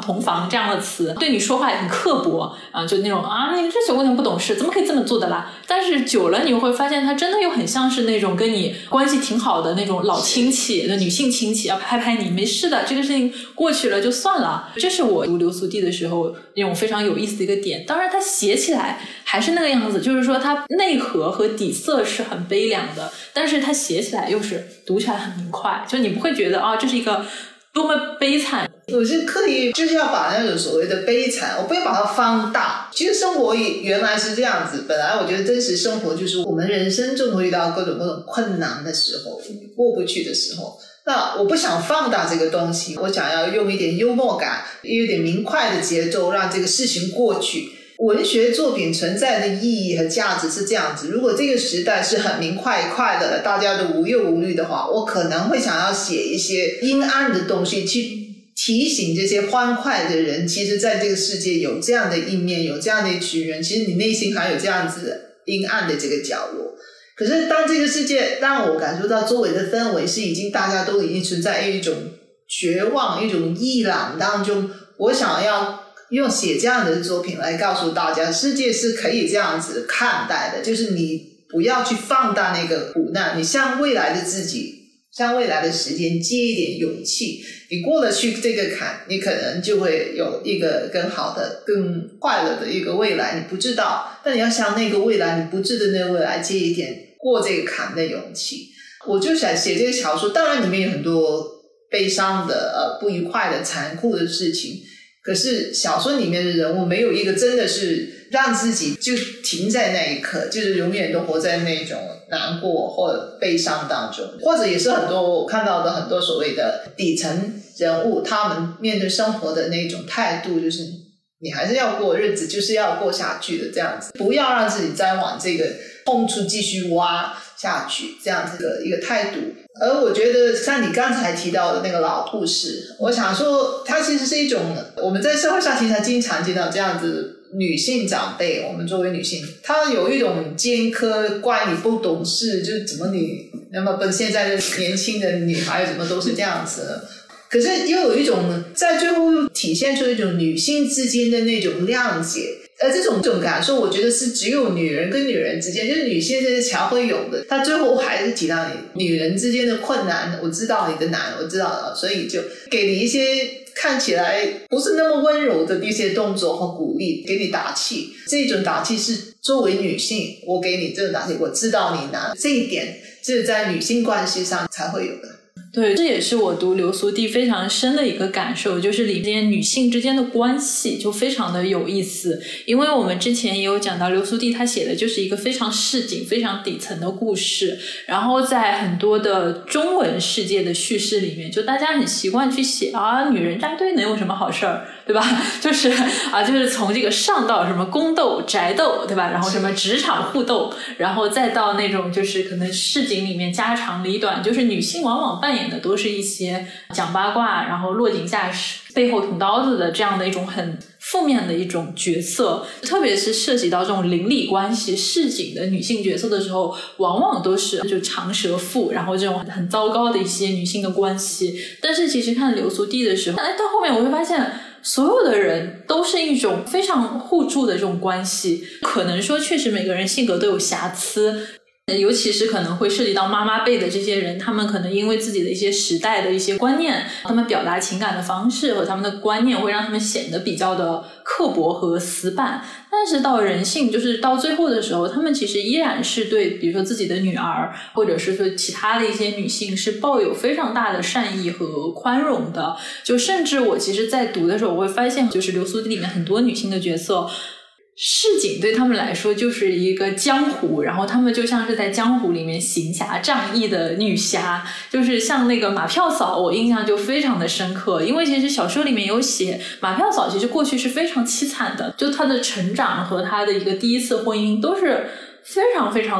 这样的词，对你说话也很刻薄啊，就那种啊，你这小姑娘不懂事，怎么可以这么做的啦？但是久了你会发现，她真的又很像是那种跟你关系挺好的那种老亲戚的女性亲戚，要拍拍你，没事的，这个事情过去了就算了。这是我读流苏地的时候那种非常有意思的一个点。当然它写起来还是那个样子，就是说它内核和底色是很悲凉的，但是它写起来又是读起来很明快，就你不会觉得啊，这是一个多么悲惨。 我是刻意就是要把那种所谓的悲惨，我不会把它放大。其实生活原来是这样子，本来我觉得真实生活就是我们人生中会遇到各种各种困难的时候，过不去的时候，那我不想放大这个东西，我想要用一点幽默感，有点明快的节奏让这个事情过去。文学作品存在的意义和价值是这样子，如果这个时代是很明快快的，大家都无忧无虑的话，我可能会想要写一些阴暗的东西，去提醒这些欢快的人，其实在这个世界有这样的一面，有这样的一群人，其实你内心还有这样子阴暗的这个角落。可是当这个世界让我感受到周围的氛围是已经大家都已经存在一种绝望，一种意懒当中，我想要用写这样的作品来告诉大家，世界是可以这样子看待的，就是你不要去放大那个苦难，你向未来的自己，向未来的时间借一点勇气，你过得去这个坎，你可能就会有一个更好的更快乐的一个未来，你不知道，但你要向那个未来，你不知的那个未来借一点过这个坎的勇气。我就想写这个小说，当然里面有很多悲伤的不愉快的残酷的事情，可是小说里面的人物没有一个真的是让自己就停在那一刻，就是永远都活在那种难过或者悲伤当中。或者也是很多我看到的很多所谓的底层人物，他们面对生活的那种态度，就是你还是要过日子，就是要过下去的这样子，不要让自己再往这个痛处继续挖下去，这样子的一个态度。而我觉得像你刚才提到的那个老护士，我想说它其实是一种我们在社会上其实经常见到这样子女性长辈，我们作为女性，她有一种尖刻怪你不懂事，就怎么你那么跟现在的年轻的女孩怎么都是这样子的。可是又有一种在最后又体现出一种女性之间的那种谅解，而这种感受我觉得是只有女人跟女人之间，就是女性这才会有的。她最后还是提到你女人之间的困难，我知道你的难，我知道了，所以就给你一些看起来不是那么温柔的一些动作和鼓励，给你打气。这种打气是作为女性，我给你这种打气，我知道你难，这一点是在女性关系上才会有的。 对，这也是我读流苏地非常深的一个感受，就是里边女性之间的关系就非常的有意思。因为我们之前也有讲到，流苏地她写的就是一个非常市井非常底层的故事，然后在很多的中文世界的叙事里面，就大家很习惯去写啊，女人扎堆能有什么好事儿，对吧？就是从这个上到什么宫斗宅斗，对吧？然后什么职场互斗，然后再到那种就是可能市井里面家长里短，就是女性往往扮演的都是一些讲八卦，然后落井下石、背后捅刀子的这样的一种很负面的一种角色。特别是涉及到这种邻里关系、市井的女性角色的时候，往往都是就长舌妇，然后这种很糟糕的一些女性的关系。但是其实看流苏地的时候，到后面我会发现所有的人都是一种非常互助的这种关系。可能说确实每个人性格都有瑕疵，尤其是可能会涉及到妈妈辈的这些人，他们可能因为自己的一些时代的一些观念，他们表达情感的方式和他们的观念会让他们显得比较的刻薄和死板。但是到人性，就是到最后的时候，他们其实依然是对比如说自己的女儿，或者是说其他的一些女性是抱有非常大的善意和宽容的。就甚至我其实在读的时候，我会发现就是流苏地里面很多女性的角色，市井对他们来说就是一个江湖，然后他们就像是在江湖里面行侠仗义的女侠。就是像那个马票嫂，我印象就非常的深刻，因为其实小说里面有写马票嫂其实过去是非常凄惨的，就她的成长和她的一个第一次婚姻都是非常非常的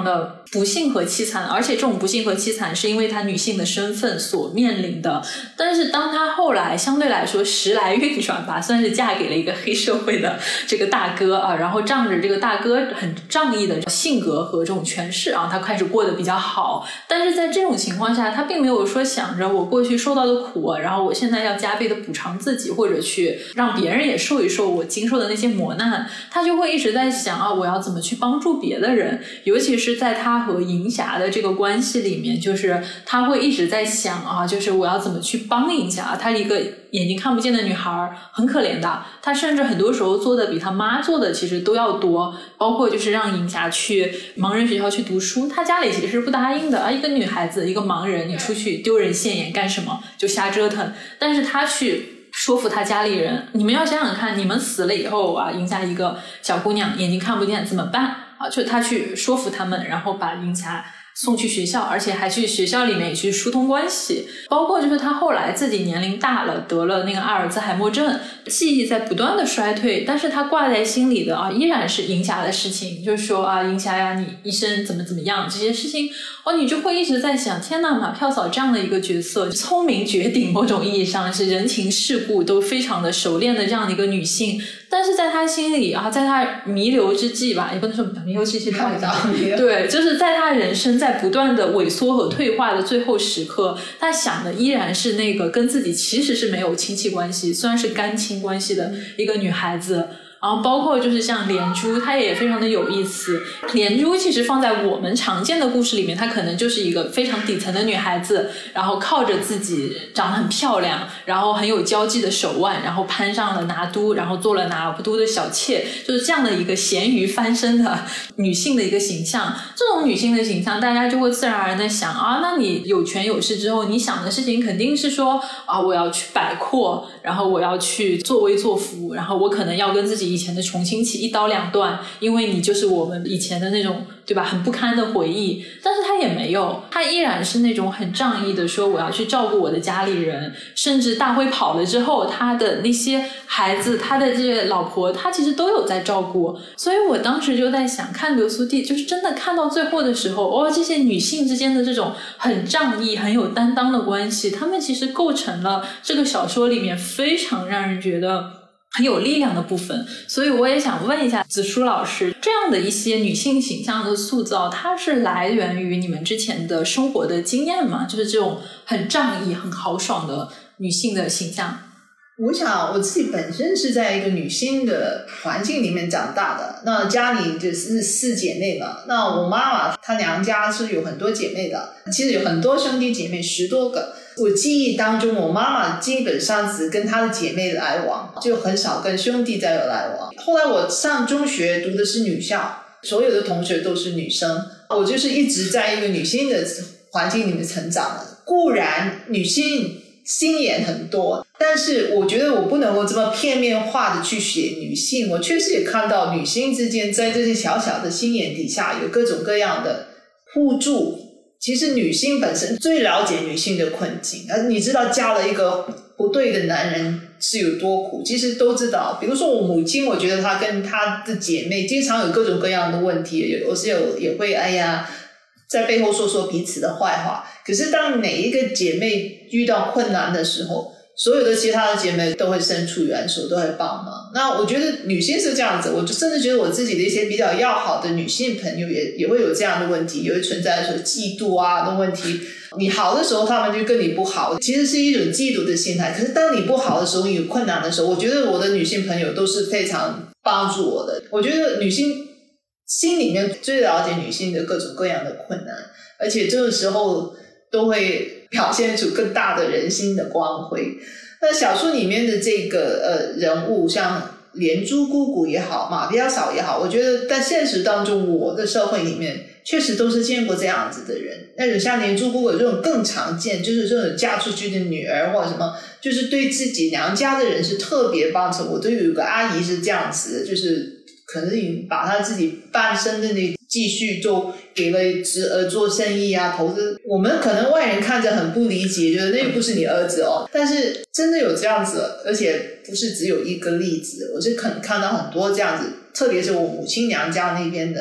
不幸和凄惨，而且这种不幸和凄惨是因为她女性的身份所面临的。但是当她后来相对来说时来运转吧，算是嫁给了一个黑社会的这个大哥啊，然后仗着这个大哥很仗义的性格和这种权势啊，她开始过得比较好。但是在这种情况下，她并没有说想着我过去受到的苦，然后我现在要加倍的补偿自己，或者去让别人也受一受我经受的那些磨难。她就会一直在想啊，我要怎么去帮助别的人，尤其是在她和银霞的这个关系里面，就是她会一直在想啊，就是我要怎么去帮银霞。她一个眼睛看不见的女孩，很可怜的，她甚至很多时候做的比她妈做的其实都要多，包括就是让银霞去盲人学校去读书，她家里其实是不答应的啊，一个女孩子一个盲人，你出去丢人现眼干什么，就瞎折腾。但是她去说服他家里人，你们要想想看，你们死了以后啊，银霞一个小姑娘眼睛看不见怎么办啊？就他去说服他们，然后把银霞送去学校，而且还去学校里面也去疏通关系。包括就是他后来自己年龄大了，得了那个阿尔兹海默症，记忆在不断的衰退，但是他挂在心里的啊，依然是银霞的事情，就是说啊，银霞呀，你一生怎么样这些事情哦，你就会一直在想，天哪，马票嫂这样的一个角色，聪明绝顶，某种意义上是人情世故都非常的熟练的这样的一个女性，但是在她心里啊，在她弥留之际吧，也不能说弥留之际，对，就是在她人生在不断的萎缩和退化的最后时刻，她想的依然是那个跟自己其实是没有亲戚关系，虽然是干亲关系的一个女孩子。然后包括就是像连珠，她也非常的有意思。连珠其实放在我们常见的故事里面，她可能就是一个非常底层的女孩子，然后靠着自己长得很漂亮，然后很有交际的手腕，然后攀上了拿督，然后做了拿督的小妾，就是这样的一个咸鱼翻身的女性的一个形象。这种女性的形象，大家就会自然而然的想啊，那你有权有势之后，你想的事情肯定是说啊，我要去摆阔，然后我要去作威作福，然后我可能要跟自己以前的穷亲戚一刀两断，因为你就是我们以前的那种，对吧，很不堪的回忆。但是他也没有，他依然是那种很仗义的说我要去照顾我的家里人，甚至大辉跑了之后，他的那些孩子，他的这些老婆，他其实都有在照顾。所以我当时就在想，看流苏地就是真的看到最后的时候，哦，这些女性之间的这种很仗义很有担当的关系，她们其实构成了这个小说里面非常让人觉得很有力量的部分。所以我也想问一下子舒老师，这样的一些女性形象的塑造，它是来源于你们之前的生活的经验吗？就是这种很仗义很豪爽的女性的形象。 我想我自己本身是在一个女性的环境里面长大的，那家里就是4姐妹嘛，那我妈妈她娘家是有很多姐妹的，其实有很多兄弟姐妹10多个。我记忆当中我妈妈基本上只跟她的姐妹来往，就很少跟兄弟再有来往。后来我上中学读的是女校，所有的同学都是女生，我就是一直在一个女性的环境里面成长的。固然女性心眼很多，但是我觉得我不能够这么片面化的去写女性，我确实也看到女性之间在这些小小的心眼底下有各种各样的互助。其实女性本身最了解女性的困境，你知道嫁了一个不对的男人是有多苦，其实都知道。比如说我母亲，我觉得她跟她的姐妹经常有各种各样的问题，有时也会哎呀在背后说彼此的坏话。可是当每一个姐妹遇到困难的时候，所有的其他的姐妹都会伸出援手，都会帮忙。那我觉得女性是这样子，我就甚至觉得我自己的一些比较要好的女性朋友也会有这样的问题，也会存在说嫉妒啊的问题。你好的时候他们就跟你不好，其实是一种嫉妒的心态。可是当你不好的时候，你有困难的时候，我觉得我的女性朋友都是非常帮助我的。我觉得女性心里面最了解女性的各种各样的困难，而且这个时候都会表现出更大的人心的光辉。那小说里面的这个人物，像连珠姑姑也好，马彪嫂也好，我觉得在现实当中，我的社会里面确实都是见过这样子的人。那种像连珠姑姑这种更常见，就是这种嫁出去的女儿或者什么，就是对自己娘家的人是特别帮衬。我都有一个阿姨是这样子的，就是可能把她自己半生的那积蓄都给了侄儿做生意啊，投资。我们可能外人看着很不理解，觉得那不是你儿子哦，但是真的有这样子，而且不是只有一个例子，我是看到很多这样子，特别是我母亲娘家那边的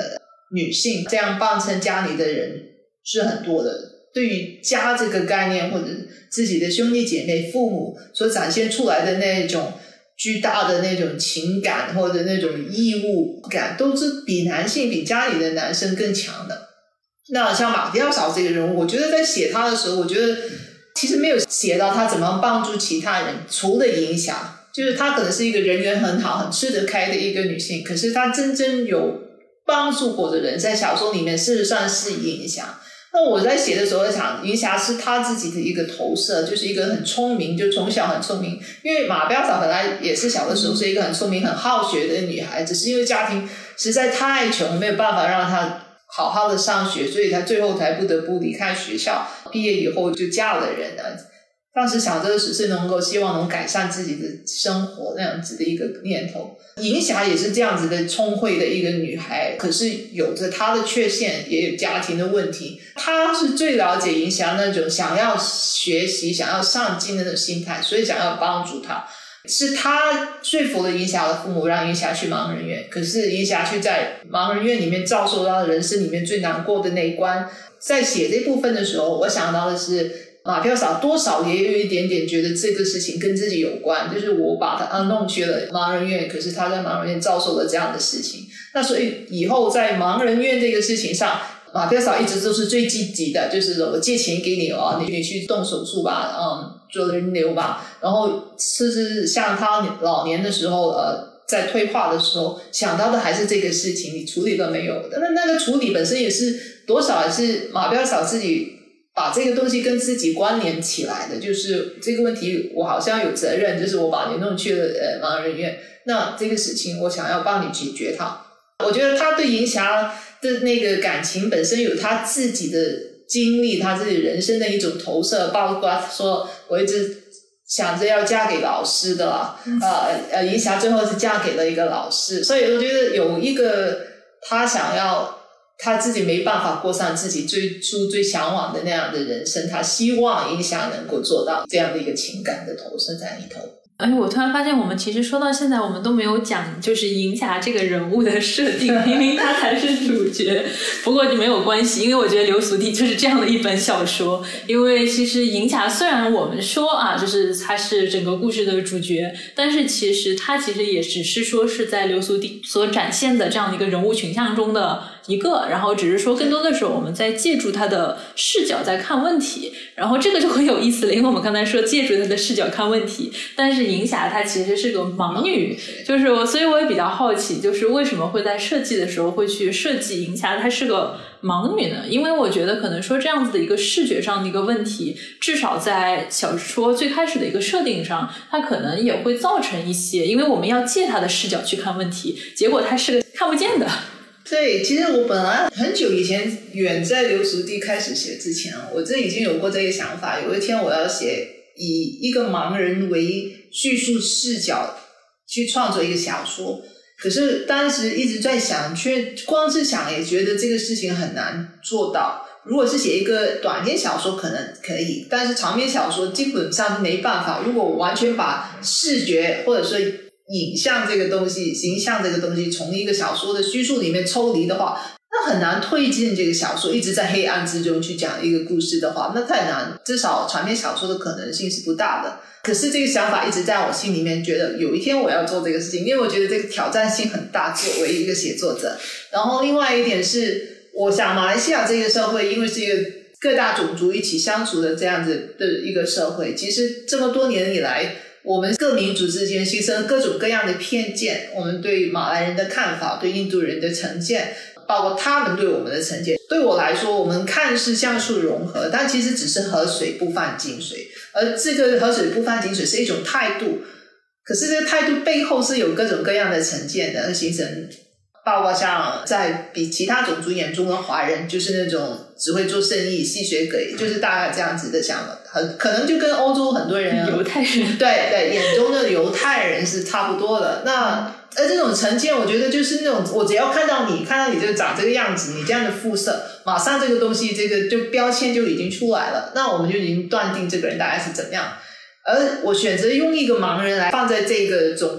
女性这样扮成家里的人是很多的。对于家这个概念，或者自己的兄弟姐妹、父母所展现出来的那种巨大的那种情感或者那种义务感，都是比男性比家里的男生更强的。那像马蒂尔嫂这个人物，我觉得在写他的时候，我觉得其实没有写到他怎么帮助其他人，除了影响，就是他可能是一个人缘很好很吃得开的一个女性，可是他真正有帮助过的人在小说里面事实上是影响。那我在写的时候想，云霞是她自己的一个投射，就是一个很聪明，就从小很聪明，因为马彪嫂本来也是小的时候是一个很聪明很好学的女孩，只是因为家庭实在太穷，没有办法让她好好的上学，所以她最后才不得不离开学校，毕业以后就嫁了人了。当时想着只是能够希望能改善自己的生活那样子的一个念头。银霞也是这样子的聪慧的一个女孩，可是有着她的缺陷，也有家庭的问题。她是最了解银霞那种想要学习想要上进的那种心态，所以想要帮助她。是她说服了银霞的父母让银霞去盲人院，可是银霞却在盲人院里面遭受到人生里面最难过的那一关。在写这部分的时候，我想到的是马彪嫂多少也有一点点觉得这个事情跟自己有关，就是我把他弄去了盲人院，可是他在盲人院遭受了这样的事情。那所以以后在盲人院这个事情上，马彪嫂一直都是最积极的，就是我借钱给你哦，你去动手术吧，做人流吧。然后是像他老年的时候在退化的时候想到的还是这个事情，你处理了没有？那个处理本身也是多少也是马彪嫂自己把这个东西跟自己关联起来的，就是这个问题我好像有责任，就是我把你弄去了盲人院，那这个事情我想要帮你解决它。我觉得他对银霞的那个感情本身有他自己的经历，他自己人生的一种投射，包括说我一直想着要嫁给老师的啦，银霞最后是嫁给了一个老师，所以我觉得有一个他想要他自己没办法过上自己最初最向往的那样的人生，他希望银霞能够做到这样的一个情感的投射在里头。 我突然发现我们其实说到现在我们都没有讲就是银霞这个人物的设定，明明他才是主角。不过就没有关系，因为我觉得流俗地就是这样的一本小说。因为其实银霞虽然我们说就是他是整个故事的主角，但是其实他其实也只是说是在流俗地所展现的这样的一个人物群像中的一个，然后只是说更多的时候我们在借助他的视角在看问题，然后这个就很有意思了，因为我们刚才说借助他的视角看问题，但是银霞她其实是个盲女，就是所以我也比较好奇，就是为什么会在设计的时候会去设计银霞她是个盲女呢？因为我觉得可能说这样子的一个视觉上的一个问题，至少在小说最开始的一个设定上，它可能也会造成一些，因为我们要借她的视角去看问题，结果她是个看不见的。 对，其实我本来很久以前远在流俗地开始写之前，我这已经有过这个想法，有一天我要写以一个盲人为叙述视角去创作一个小说，可是当时一直在想，却光是想也觉得这个事情很难做到。如果是写一个短篇小说可能可以，但是长篇小说基本上没办法，如果我完全把视觉或者说影像这个东西形象这个东西从一个小说的叙述里面抽离的话，那很难推进这个小说一直在黑暗之中去讲一个故事的话，那太难，至少长篇小说的可能性是不大的。可是这个想法一直在我心里面，觉得有一天我要做这个事情，因为我觉得这个挑战性很大，作为一个写作者。然后另外一点是，我想马来西亚这个社会因为是一个各大种族一起相处的这样子的一个社会，其实这么多年以来我们各民族之间形成各种各样的偏见，我们对马来人的看法，对印度人的成见，包括他们对我们的成见。对我来说，我们看似像素融合，但其实只是河水不犯井水，而这个河水不犯井水是一种态度，可是这个态度背后是有各种各样的成见的，形成包括像在比其他种族眼中的华人，就是那种只会做生意吸血鬼，就是大概这样子的想法，可能就跟欧洲很多人犹太人对眼中的犹太人是差不多的。那这种成见我觉得就是那种，我只要看到你就长这个样子，你这样的肤色，马上这个东西这个就标签就已经出来了，那我们就已经断定这个人大概是怎么样。而我选择用一个盲人来放在这个种族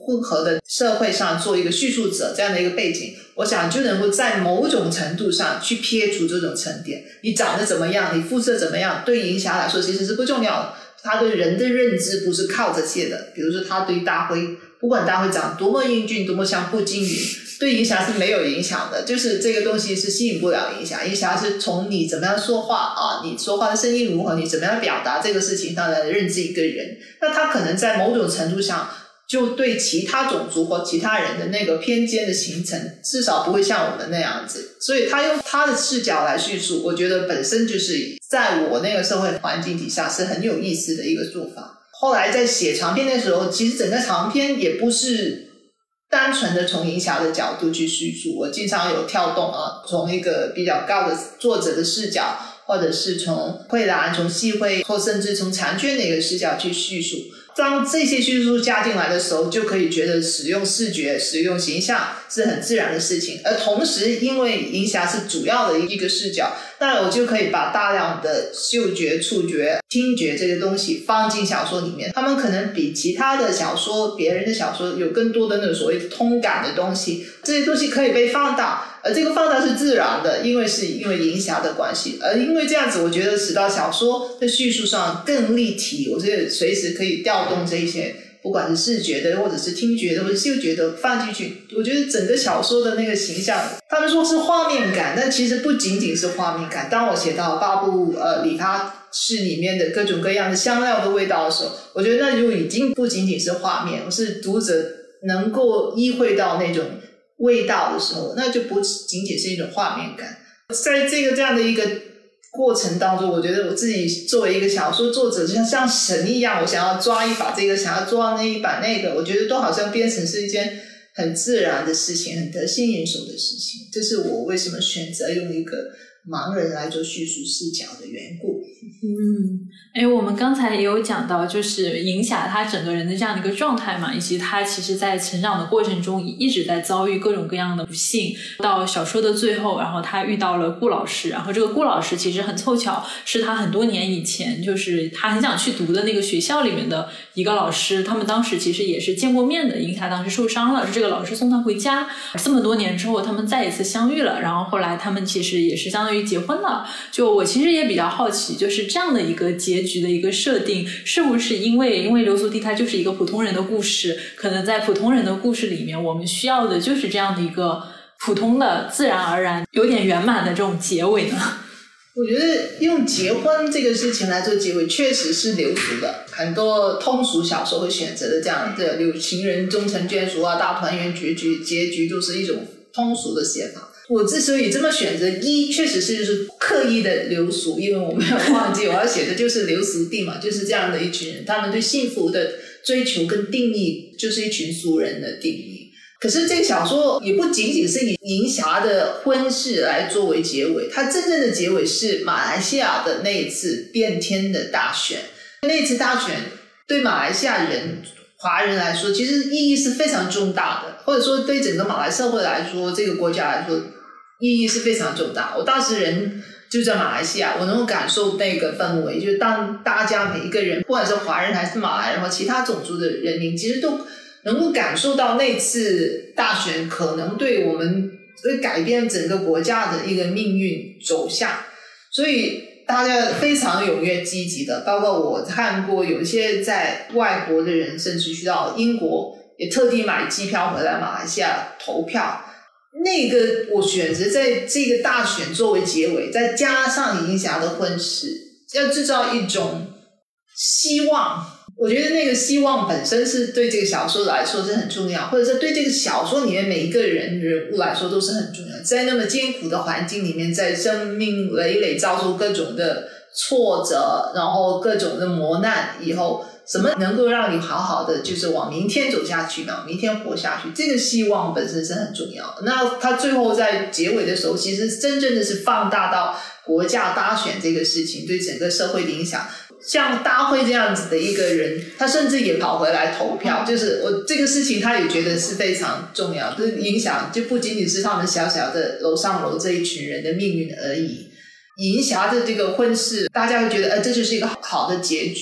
混合的社会上做一个叙述者这样的一个背景，我想就能够在某种程度上去撇除这种沉淀。你长得怎么样，你肤色怎么样，对银霞来说其实是不重要的，他对人的认知不是靠这些的。比如说他对大辉，不管大辉长多么英俊，多么像步惊云，对银霞是没有影响的，就是这个东西是吸引不了银霞。银霞是从你怎么样说话啊，你说话的声音如何，你怎么样表达这个事情上来认知一个人。那他可能在某种程度上就对其他种族或其他人的那个偏见的形成至少不会像我们那样子，所以他用他的视角来叙述，我觉得本身就是在我那个社会环境底下是很有意思的一个做法。后来在写长篇的时候，其实整个长篇也不是单纯的从银霞的角度去叙述，我经常有跳动从一个比较高的作者的视角，或者是从慧兰、从细慧，或甚至从婵娟的一个视角去叙述。当这些叙述加进来的时候，就可以觉得使用视觉、使用形象是很自然的事情。而同时因为银霞是主要的一个视角，那我就可以把大量的嗅觉、触觉、听觉这个东西放进小说里面。他们可能比其他的小说、别人的小说有更多的那种所谓的通感的东西，这些东西可以被放大，而这个放大是自然的，因为银霞的关系。而因为这样子，我觉得使到小说的叙述上更立体，我觉得随时可以调动这些不管是视觉的或者是听觉的或者嗅觉的放进去。我觉得整个小说的那个形象，他们说是画面感，但其实不仅仅是画面感。当我写到八部理发室里面的各种各样的香料的味道的时候，我觉得那就已经不仅仅是画面，是读者能够意会到那种味道的时候，那就不仅仅是一种画面感。在这样的一个过程当中，我觉得我自己作为一个小说作者，就像神一样，我想要抓一把这个，想要抓那一把那个，我觉得都好像变成是一件很自然的事情，很得心应手的事情。这是我为什么选择用一个盲人来做叙述视角的缘故。 我们刚才也有讲到，就是银霞她整个人的这样的一个状态嘛，以及她其实在成长的过程中一直在遭遇各种各样的不幸，到小说的最后，然后她遇到了顾老师，然后这个顾老师其实很凑巧是她很多年以前就是她很想去读的那个学校里面的一个老师，他们当时其实也是见过面的，银霞当时受伤了，是这个老师送她回家，这么多年之后他们再一次相遇了，然后后来他们其实也是相当于结婚了。就我其实也比较好奇，就是这样的一个结局的一个设定，是不是因为流苏地它就是一个普通人的故事，可能在普通人的故事里面，我们需要的就是这样的一个普通的自然而然有点圆满的这种结尾呢？ 我觉得用结婚这个事情来做结尾确实是流俗的，很多通俗小说会选择的这样的有情人终成眷属大团圆结局都是一种通俗的写法。我之所以这么选择，确实是就是刻意的流俗，因为我没有忘记我要写的就是流俗地嘛，就是这样的一群人，他们对幸福的追求跟定义就是一群俗人的定义。可是这个小说也不仅仅是以银霞的婚事来作为结尾，它真正的结尾是马来西亚的那一次变天的大选。那一次大选对马来西亚人华人来说其实意义是非常重大的，或者说对整个马来社会来说，这个国家来说意义是非常重大。我当时人就在马来西亚，我能够感受那个氛围，就是当大家每一个人不管是华人还是马来人或其他种族的人民，其实都能够感受到那次大选可能对我们会改变整个国家的一个命运走向，所以大家非常踊跃积极的，包括我看过有一些在外国的人甚至去到英国也特地买机票回来马来西亚投票。那个我选择在这个大选作为结尾，再加上银霞的婚事，要制造一种希望。我觉得那个希望本身是对这个小说来说是很重要，或者是对这个小说里面每一个人物来说都是很重要。在那么艰苦的环境里面，在生命累累遭受各种的挫折，然后各种的磨难以后，什么能够让你好好的就是往明天走下去呢？明天活下去，这个希望本身是很重要的。那他最后在结尾的时候，其实真正的是放大到国家大选这个事情对整个社会的影响。像大辉这样子的一个人，他甚至也跑回来投票，就是我这个事情他也觉得是非常重要，就是影响就不仅仅是他们小小的楼上楼这一群人的命运而已。银霞的这个婚事，大家会觉得这就是一个好的结局。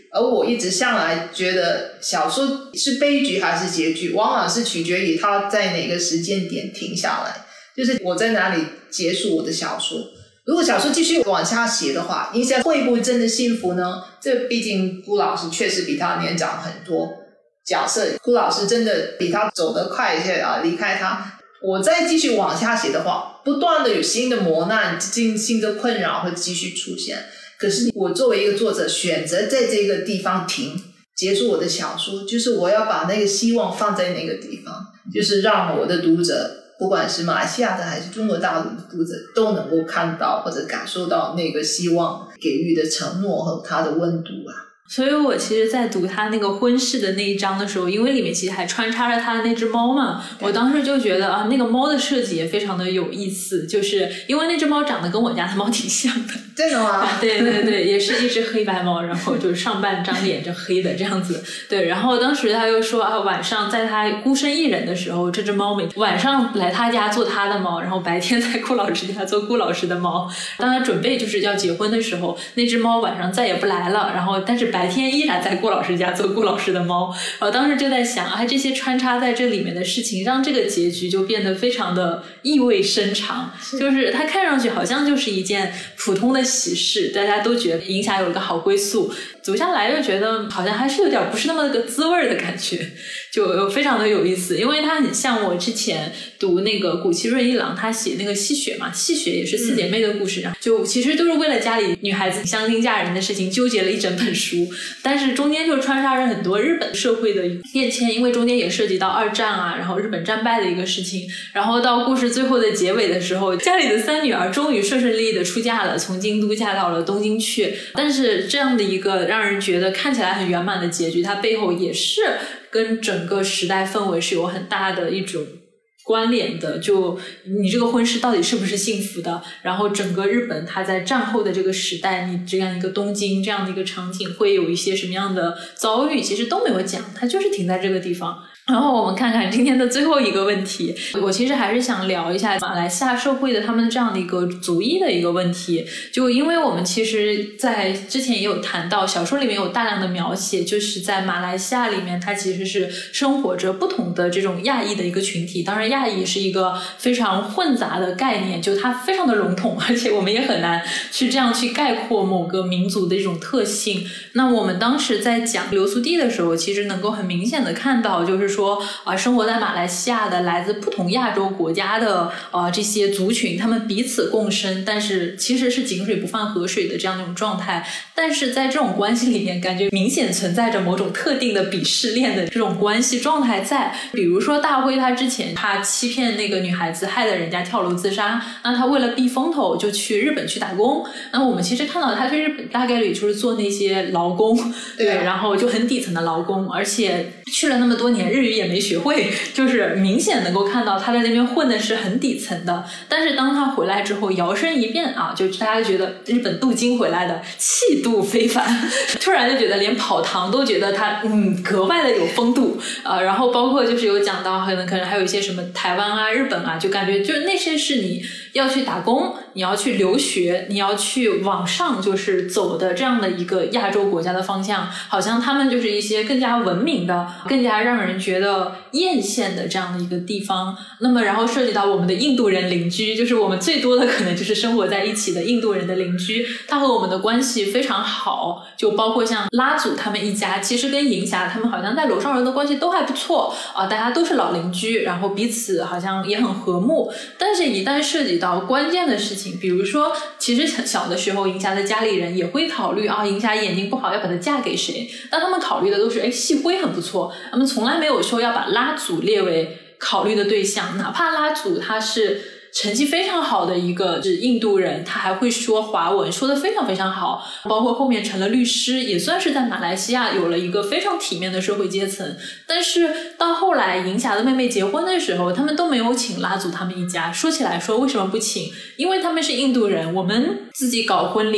而我一直向来觉得小说是悲剧还是结局，往往是取决于它在哪个时间点停下来，就是我在哪里结束我的小说。如果小说继续往下写的话，影响会不会真的幸福呢？这毕竟顾老师确实比他年长很多，假设顾老师真的比他走得快一些啊，离开他，我再继续往下写的话，不断的有新的磨难、新的困扰会继续出现。可是我作为一个作者，选择在这个地方停，结束我的小说，就是我要把那个希望放在那个地方，就是让我的读者，不管是马来西亚的还是中国大陆的读者，都能够看到或者感受到那个希望给予的承诺和它的温度啊。 所以我其实在读他那个婚事的那一章的时候，因为里面其实还穿插着他的那只猫嘛，我当时就觉得啊，那个猫的设计也非常的有意思，就是因为那只猫长得跟我家的猫挺像的。 真的吗？ 对对对，也是一只黑白猫，然后就是上半张脸就黑的这样子。对，然后当时他又说啊，晚上在他孤身一人的时候，这只猫每晚上来他家做他的猫，然后白天在顾老师家做顾老师的猫。当他准备就是要结婚的时候，那只猫晚上再也不来了，然后但是白天依然在顾老师家做顾老师的猫。我当时就在想啊，这些穿插在这里面的事情，让这个结局就变得非常的意味深长。就是它看上去好像就是一件普通的喜事，大家都觉得银霞有一个好归宿，读下来就觉得好像还是有点不是那么个滋味的感觉，就非常的有意思。因为它很像我之前读那个谷崎润一郎，他写那个戏雪嘛，戏雪也是四姐妹的故事，就其实都是为了家里女孩子相亲嫁人的事情纠结了一整本书，但是中间就穿插着很多日本社会的变迁，因为中间也涉及到二战啊，然后日本战败的一个事情，然后到故事最后的结尾的时候，家里的三女儿终于顺顺利利的出嫁了，从京都嫁到了东京去。但是这样的一个让人觉得看起来很圆满的结局，它背后也是跟整个时代氛围是有很大的一种关联的，就你这个婚事到底是不是幸福的，然后整个日本它在战后的这个时代，你这样一个东京这样的一个场景会有一些什么样的遭遇，其实都没有讲，它就是停在这个地方。然后我们看看今天的最后一个问题，我其实还是想聊一下马来西亚社会的他们这样的一个族裔的一个问题，就因为我们其实在之前也有谈到，小说里面有大量的描写，就是在马来西亚里面它其实是生活着不同的这种亚裔的一个群体，当然亚裔是一个非常混杂的概念，就它非常的笼统，而且我们也很难去这样去概括某个民族的一种特性。那我们当时在讲流苏地的时候，其实能够很明显的看到，就是说生活在马来西亚的来自不同亚洲国家的这些族群，他们彼此共生，但是其实是井水不犯河水的这样一种状态。但是在这种关系里面，感觉明显存在着某种特定的鄙视链的这种关系状态在。比如说大辉他之前他欺骗那个女孩子，害得人家跳楼自杀，那他为了避风头就去日本去打工。那我们其实看到他去日本大概率就是做那些劳工，对，然后就很底层的劳工，而且去了那么多年，日语也没学会，就是明显能够看到他在那边混的是很底层的。但是当他回来之后，摇身一变啊，就大家觉得日本镀金回来的气度非凡，突然就觉得连跑堂都觉得他格外的有风度然后包括就是有讲到可能还有一些什么台湾啊、日本啊，就感觉就是那些是你要去打工，你要去留学，你要去往上就是走的这样的一个亚洲国家的方向，好像他们就是一些更加文明的、更加让人觉得艳羡的这样的一个地方。那么然后涉及到我们的印度人邻居，就是我们最多的可能就是生活在一起的印度人的邻居，他和我们的关系非常好，就包括像拉祖他们一家，其实跟银霞他们好像在楼上人的关系都还不错大家都是老邻居，然后彼此好像也很和睦。但是一旦涉及到关键的事情，比如说其实小的时候银霞的家里人也会考虑银霞眼睛不好要把她嫁给谁，但他们考虑的都是细辉很不错，他们从来没有说要把拉祖列为考虑的对象，哪怕拉祖他是成绩非常好的一个印度人，他还会说华文，说得非常非常好，包括后面成了律师，也算是在马来西亚有了一个非常体面的社会阶层。但是到后来银霞的妹妹结婚的时候，他们都没有请拉祖他们一家。说起来说为什么不请，因为他们是印度人，我们自己搞婚礼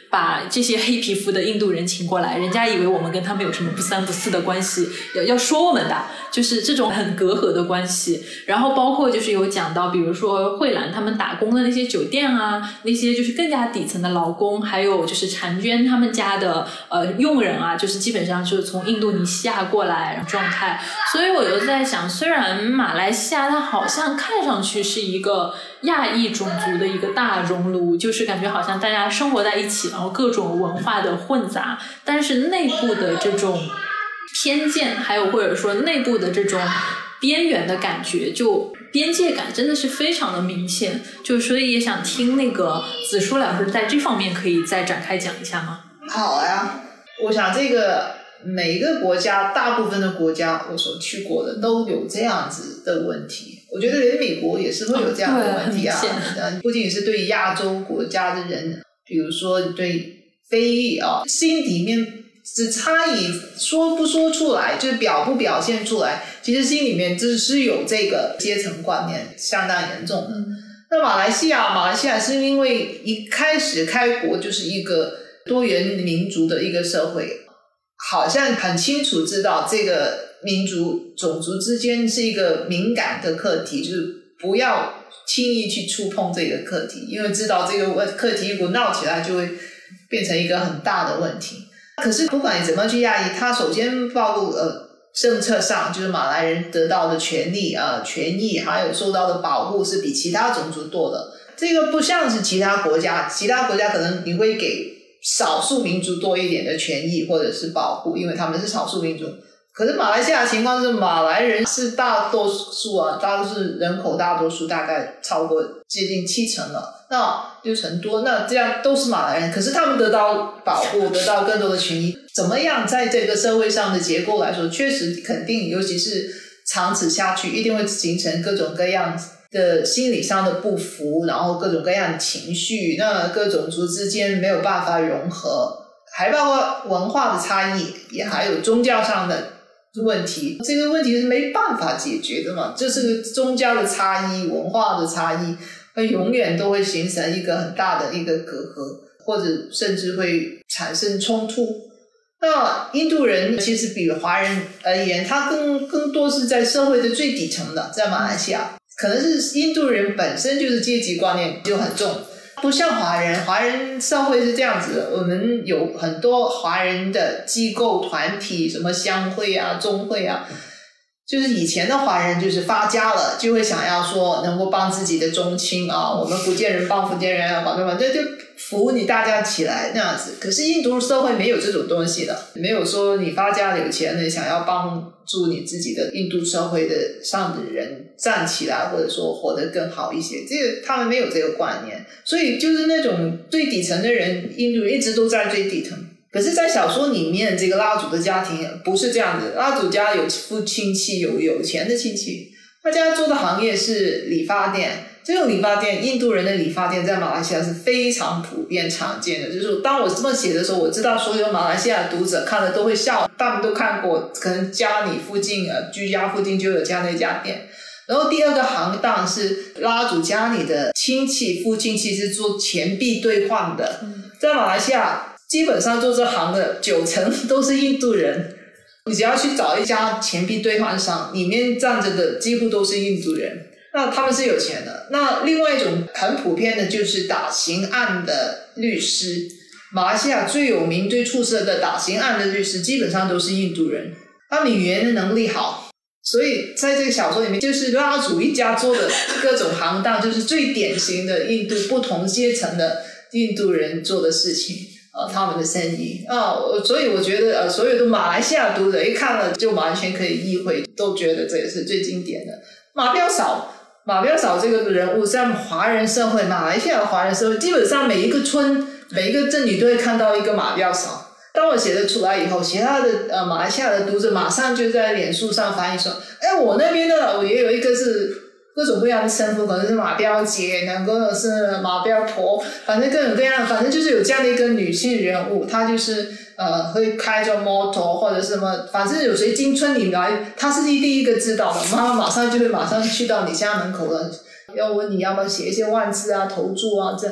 把这些黑皮肤的印度人请过来，人家以为我们跟他们有什么不三不四的关系，要说我们的，就是这种很隔阂的关系。然后包括就是有讲到比如说慧兰他们打工的那些酒店啊，那些就是更加底层的劳工，还有就是婵娟他们家的佣人啊，就是基本上就是从印度尼西亚过来状态。所以我就在想，虽然马来西亚它好像看上去是一个亚裔种族的一个大熔炉，就是感觉好像大家生活在一起，然后各种文化的混杂，但是内部的这种偏见，还有或者说内部的这种边缘的感觉，就边界感真的是非常的明显。就所以也想听那个子舒老师在这方面可以再展开讲一下吗？ 好呀，我想这个每一个国家，大部分的国家我所去过的都有这样子的问题。我觉得连美国也是会有这样的问题啊，不仅是对亚洲国家的人，比如说对非裔啊，心里面的差异说不说出来，就是表不表现出来，其实心里面就是有这个阶层观念相当严重的。那马来西亚是因为一开始开国就是一个多元民族的一个社会，好像很清楚知道这个民族种族之间是一个敏感的课题，就是不要轻易去触碰这个课题，因为知道这个课题如果闹起来就会变成一个很大的问题。可是不管你怎么去压抑，它首先包括政策上就是马来人得到的权利权益还有受到的保护是比其他种族多的。这个不像是其他国家可能你会给少数民族多一点的权益或者是保护，因为他们是少数民族。可是马来西亚的情况是马来人是大多数大多数人口大多数，大概超过接近70%了，那6成多，那这样都是马来人，可是他们得到保护，得到更多的权益，怎么样在这个社会上的结构来说，确实肯定尤其是长此下去一定会形成各种各样的心理上的不服，然后各种各样的情绪，那各种族之间没有办法融合，还包括文化的差异，也还有宗教上的问题，这个问题是没办法解决的嘛，这是个宗教的差异，文化的差异，会永远都会形成一个很大的一个隔阂，或者甚至会产生冲突。那印度人其实比华人而言，他更多是在社会的最底层的，在马来西亚可能是印度人本身就是阶级观念就很重，不像华人社会是这样子的，我们有很多华人的机构团体，什么乡会啊中会啊，就是以前的华人就是发家了就会想要说能够帮自己的宗亲我们福建人帮福建人反正就扶你大家起来那样子。可是印度社会没有这种东西的，没有说你发家有钱了想要帮助你自己的印度社会的上的人站起来，或者说活得更好一些，这个他们没有这个观念，所以就是那种最底层的人，印度人一直都在最底层。可是在小说里面这个拉祖的家庭不是这样的，拉祖家有父亲戚，有钱的亲戚，他家做的行业是理发店，这种理发店，印度人的理发店在马来西亚是非常普遍常见的，就是当我这么写的时候，我知道所有马来西亚的读者看了都会笑，他们都看过，可能家里附近居家附近就有这样的一家店。然后第二个行当是拉祖家里的亲戚，父亲戚是做钱币兑换的，在马来西亚基本上做这行的90%都是印度人，你只要去找一家钱币兑换商，里面站着的几乎都是印度人，那他们是有钱的。那另外一种很普遍的就是打刑案的律师，马来西亚最有名最出色的打刑案的律师基本上都是印度人，他们语言的能力好，所以在这个小说里面就是拉祖一家做的各种行当，就是最典型的印度不同阶层的印度人做的事情他们的生意所以我觉得所有的马来西亚读者一看了就完全可以意会，都觉得这也是最经典的。马彪嫂这个人物在华人社会，马来西亚的华人社会基本上每一个村每一个镇里都会看到一个马彪嫂。当我写的出来以后，其他的马来西亚的读者马上就在脸书上反映说，我那边的我也有一个是各种各样的称呼，可能是马彪姐，可能是马彪婆，反正各种各样，反正就是有这样的一个女性人物，她就是会开着摩托或者什么，反正有谁进村里来，她是第一个知道的，妈妈马上就会马上去到你家门口了，要问你要不要写一些万字啊投注啊这样。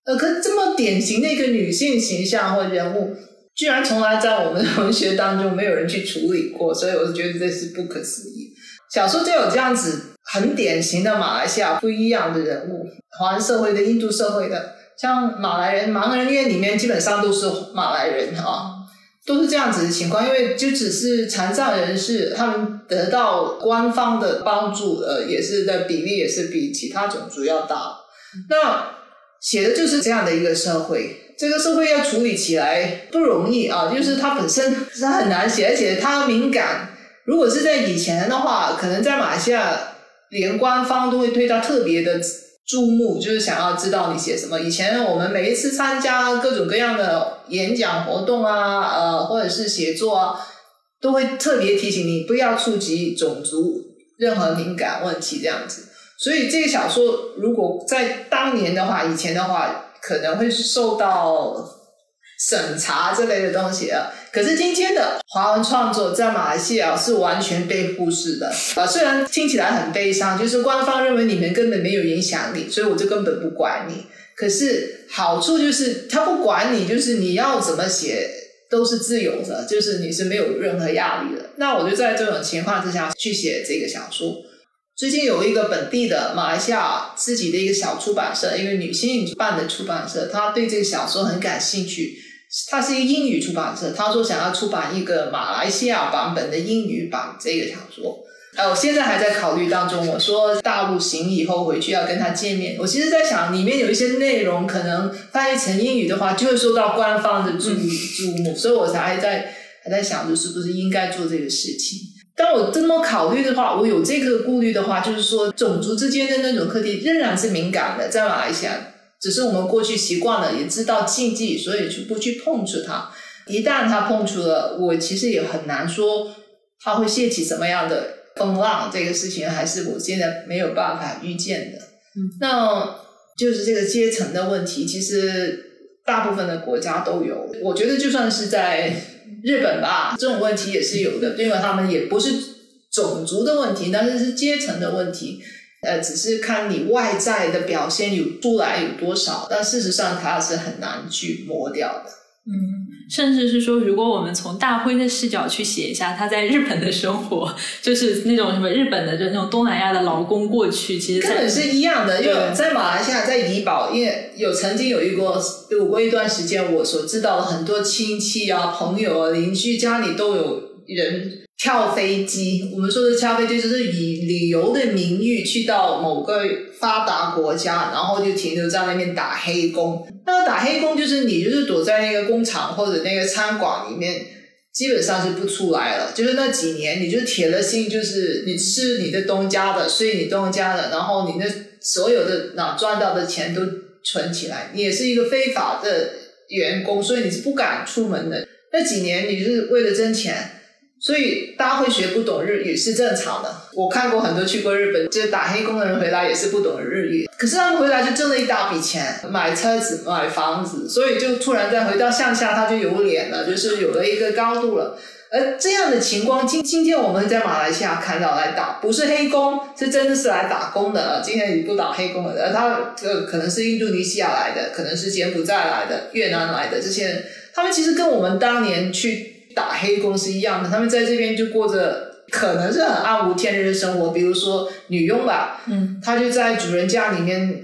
可是这么典型的一个女性形象或人物，居然从来在我们的文学当中没有人去处理过，所以我觉得这是不可思议。小说就有这样子很典型的马来西亚不一样的人物，华人社会的、印度社会的，像马来人，盲人院里面基本上都是马来人都是这样子的情况，因为就只是残障人士他们得到官方的帮助也是的比例也是比其他种族要大。那写的就是这样的一个社会，这个社会要处理起来不容易就是它本身是很难写，而且它敏感。如果是在以前的话，可能在马来西亚连官方都会对它特别的注目，就是想要知道你写什么。以前我们每一次参加各种各样的演讲活动或者是写作都会特别提醒你不要触及种族任何敏感问题这样子。所以这个小说如果在当年的话，以前的话可能会受到审查这类的东西可是今天的华文创作在马来西亚是完全被忽视的虽然听起来很悲伤，就是官方认为你们根本没有影响力，所以我就根本不管你。可是好处就是他不管你，就是你要怎么写都是自由的，就是你是没有任何压力的。那我就在这种情况之下去写这个小说。最近有一个本地的马来西亚自己的一个小出版社，一个女性办的出版社，她对这个小说很感兴趣，它是一个英语出版社，他说想要出版一个马来西亚版本的英语版这个小说。我现在还在考虑当中，我说大陆行以后回去要跟他见面，我其实在想里面有一些内容可能翻译成英语的话就会受到官方的注目所以我才还在想着是不是应该做这个事情。当我这么考虑的话，我有这个顾虑的话，就是说种族之间的那种课题仍然是敏感的，在马来西亚只是我们过去习惯了，也知道禁忌，所以就不去碰触它。一旦它碰触了，我其实也很难说它会掀起什么样的风浪，这个事情还是我现在没有办法预见的。那就是这个阶层的问题，其实大部分的国家都有。我觉得就算是在日本吧，这种问题也是有的，因为他们也不是种族的问题，但是阶层的问题。只是看你外在的表现有出来有多少，但事实上它是很难去磨掉的。 甚至是说如果我们从大辉的视角去写一下他在日本的生活，就是那种什么日本的就那种东南亚的劳工过去，其实根本是一样的。因为在马来西亚在怡保，因为曾经有过一段时间，我所知道的很多亲戚朋友邻居家里都有人跳飞机。我们说的跳飞机就是以旅游的名誉去到某个发达国家，然后就停留在那边打黑工。那打黑工就是你就是躲在那个工厂或者那个餐馆里面，基本上是不出来了。就是那几年你就铁了心，就是你吃你的东家的，睡你东家的，然后你的所有的赚到的钱都存起来。你也是一个非法的员工，所以你是不敢出门的。那几年你就是为了挣钱，所以大家会学不懂日语是正常的。我看过很多去过日本就是打黑工的人回来也是不懂日语，可是他们回来就挣了一大笔钱，买车子买房子，所以就突然再回到乡下他就有脸了，就是有了一个高度了。而这样的情况今天我们在马来西亚看到来打，不是黑工，是真的是来打工的。今天你不打黑工的，他可能是印度尼西亚来的，可能是柬埔寨来的，越南来的，这些人他们其实跟我们当年去打黑工是一样的，他们在这边就过着可能是很暗无天日的生活。比如说女佣吧，她就在主人家里面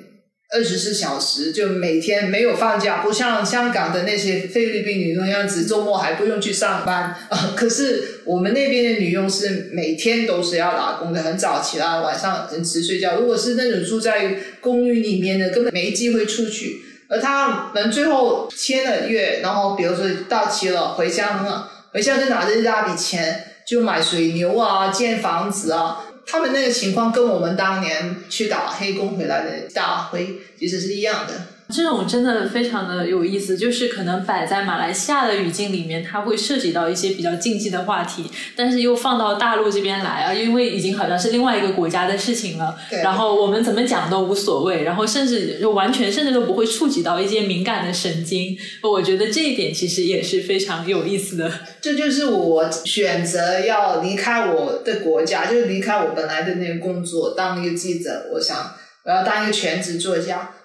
24小时，就每天没有放假，不像香港的那些菲律宾女佣样子周末还不用去上班可是我们那边的女佣是每天都是要打工的，很早起来，晚上很迟睡觉。如果是那种住在公寓里面的根本没机会出去，而他们最后签了约，然后比如说到期了回乡就拿着一大笔钱就买水牛建房子他们那个情况跟我们当年去打黑工回来的大辉其实是一样的。 这种真的非常的有意思，就是可能摆在马来西亚的语境里面它会涉及到一些比较禁忌的话题，但是又放到大陆这边来因为已经好像是另外一个国家的事情了，然后我们怎么讲都无所谓，然后甚至都不会触及到一些敏感的神经。我觉得这一点其实也是非常有意思的。 这就是我选择要离开我的国家，就是离开我本来的那个工作当一个记者，我想我要当一个全职作家。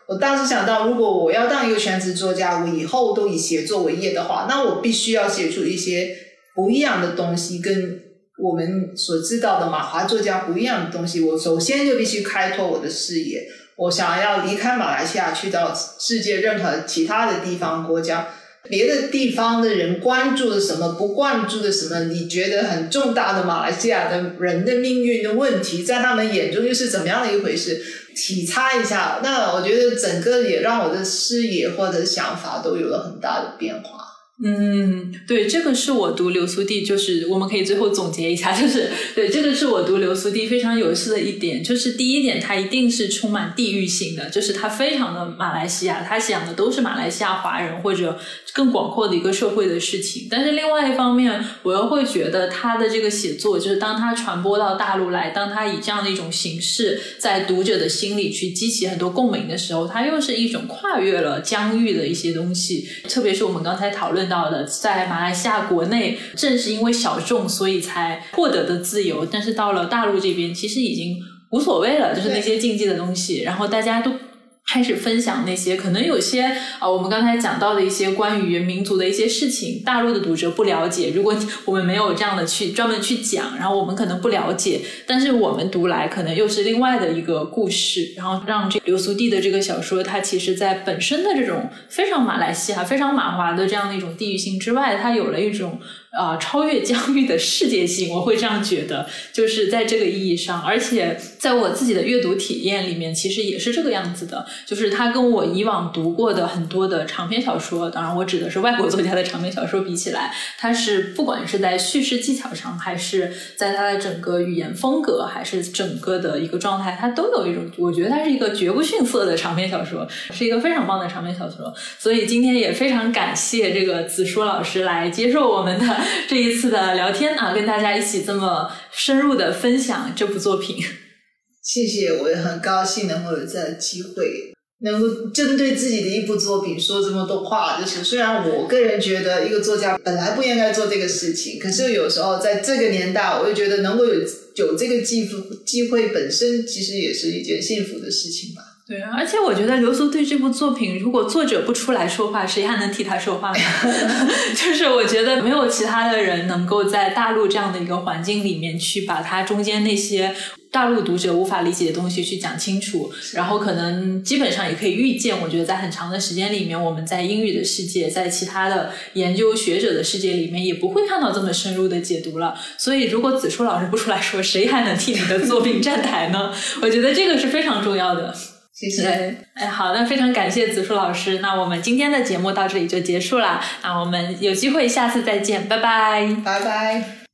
我当时想到，如果我要当一个全职作家，我以后都以写作为业的话，那我必须要写出一些不一样的东西，跟我们所知道的马华作家不一样的东西。我首先就必须开拓我的视野，我想要离开马来西亚，去到世界任何其他的地方国家，别的地方的人关注的什么，不关注的什么，你觉得很重大的马来西亚的人的命运的问题，在他们眼中又是怎么样的一回事，体察一下。那我觉得整个也让我的视野或者想法都有了很大的变化。 对，这个是我读流苏地，就是我们可以最后总结一下，就是对，这个是我读流苏地非常有趣的一点，就是第一点，它一定是充满地域性的，就是它非常的马来西亚，它讲的都是马来西亚华人或者更广阔的一个社会的事情。但是另外一方面，我又会觉得它的这个写作，就是当它传播到大陆来，当它以这样的一种形式在读者的心里去激起很多共鸣的时候，它又是一种跨越了疆域的一些东西，特别是我们刚才讨论到的，在马来西亚国内正是因为小众所以才获得的自由，但是到了大陆这边其实已经无所谓了，就是那些禁忌的东西，然后大家都开始分享那些可能有些我们刚才讲到的一些关于原民族的一些事情，大陆的读者不了解，如果我们没有这样的去专门去讲，然后我们可能不了解，但是我们读来可能又是另外的一个故事，然后让这个流苏地的这个小说，它其实在本身的这种非常马来西亚非常马华的这样的一种地域性之外，它有了一种超越疆域的世界性，我会这样觉得，就是在这个意义上。而且在我自己的阅读体验里面其实也是这个样子的，就是它跟我以往读过的很多的长篇小说，当然我指的是外国作家的长篇小说比起来，它是不管是在叙事技巧上，还是在它的整个语言风格，还是整个的一个状态，它都有一种，我觉得它是一个绝不逊色的长篇小说，是一个非常棒的长篇小说。所以今天也非常感谢这个子舒老师来接受我们的这一次的聊天跟大家一起这么深入的分享这部作品。 谢谢，我也很高兴能够有这样的机会，能够针对自己的一部作品说这么多话。就是虽然我个人觉得一个作家本来不应该做这个事情，可是有时候在这个年代，我会觉得能够有这个机会本身其实也是一件幸福的事情吧。 对，而且我觉得流苏对这部作品，如果作者不出来说话，谁还能替他说话呢？就是我觉得没有其他的人能够在大陆这样的一个环境里面去把它中间那些大陆读者无法理解的东西去讲清楚，然后可能基本上也可以预见，我觉得在很长的时间里面，我们在英语的世界，在其他的研究学者的世界里面也不会看到这么深入的解读了。所以如果子舒老师不出来说，谁还能替你的作品站台呢？我觉得这个是非常重要的。 谢谢。 好，那非常感谢子舒老师，那我们今天的节目到这里就结束了，那我们有机会下次再见，拜拜。 拜拜。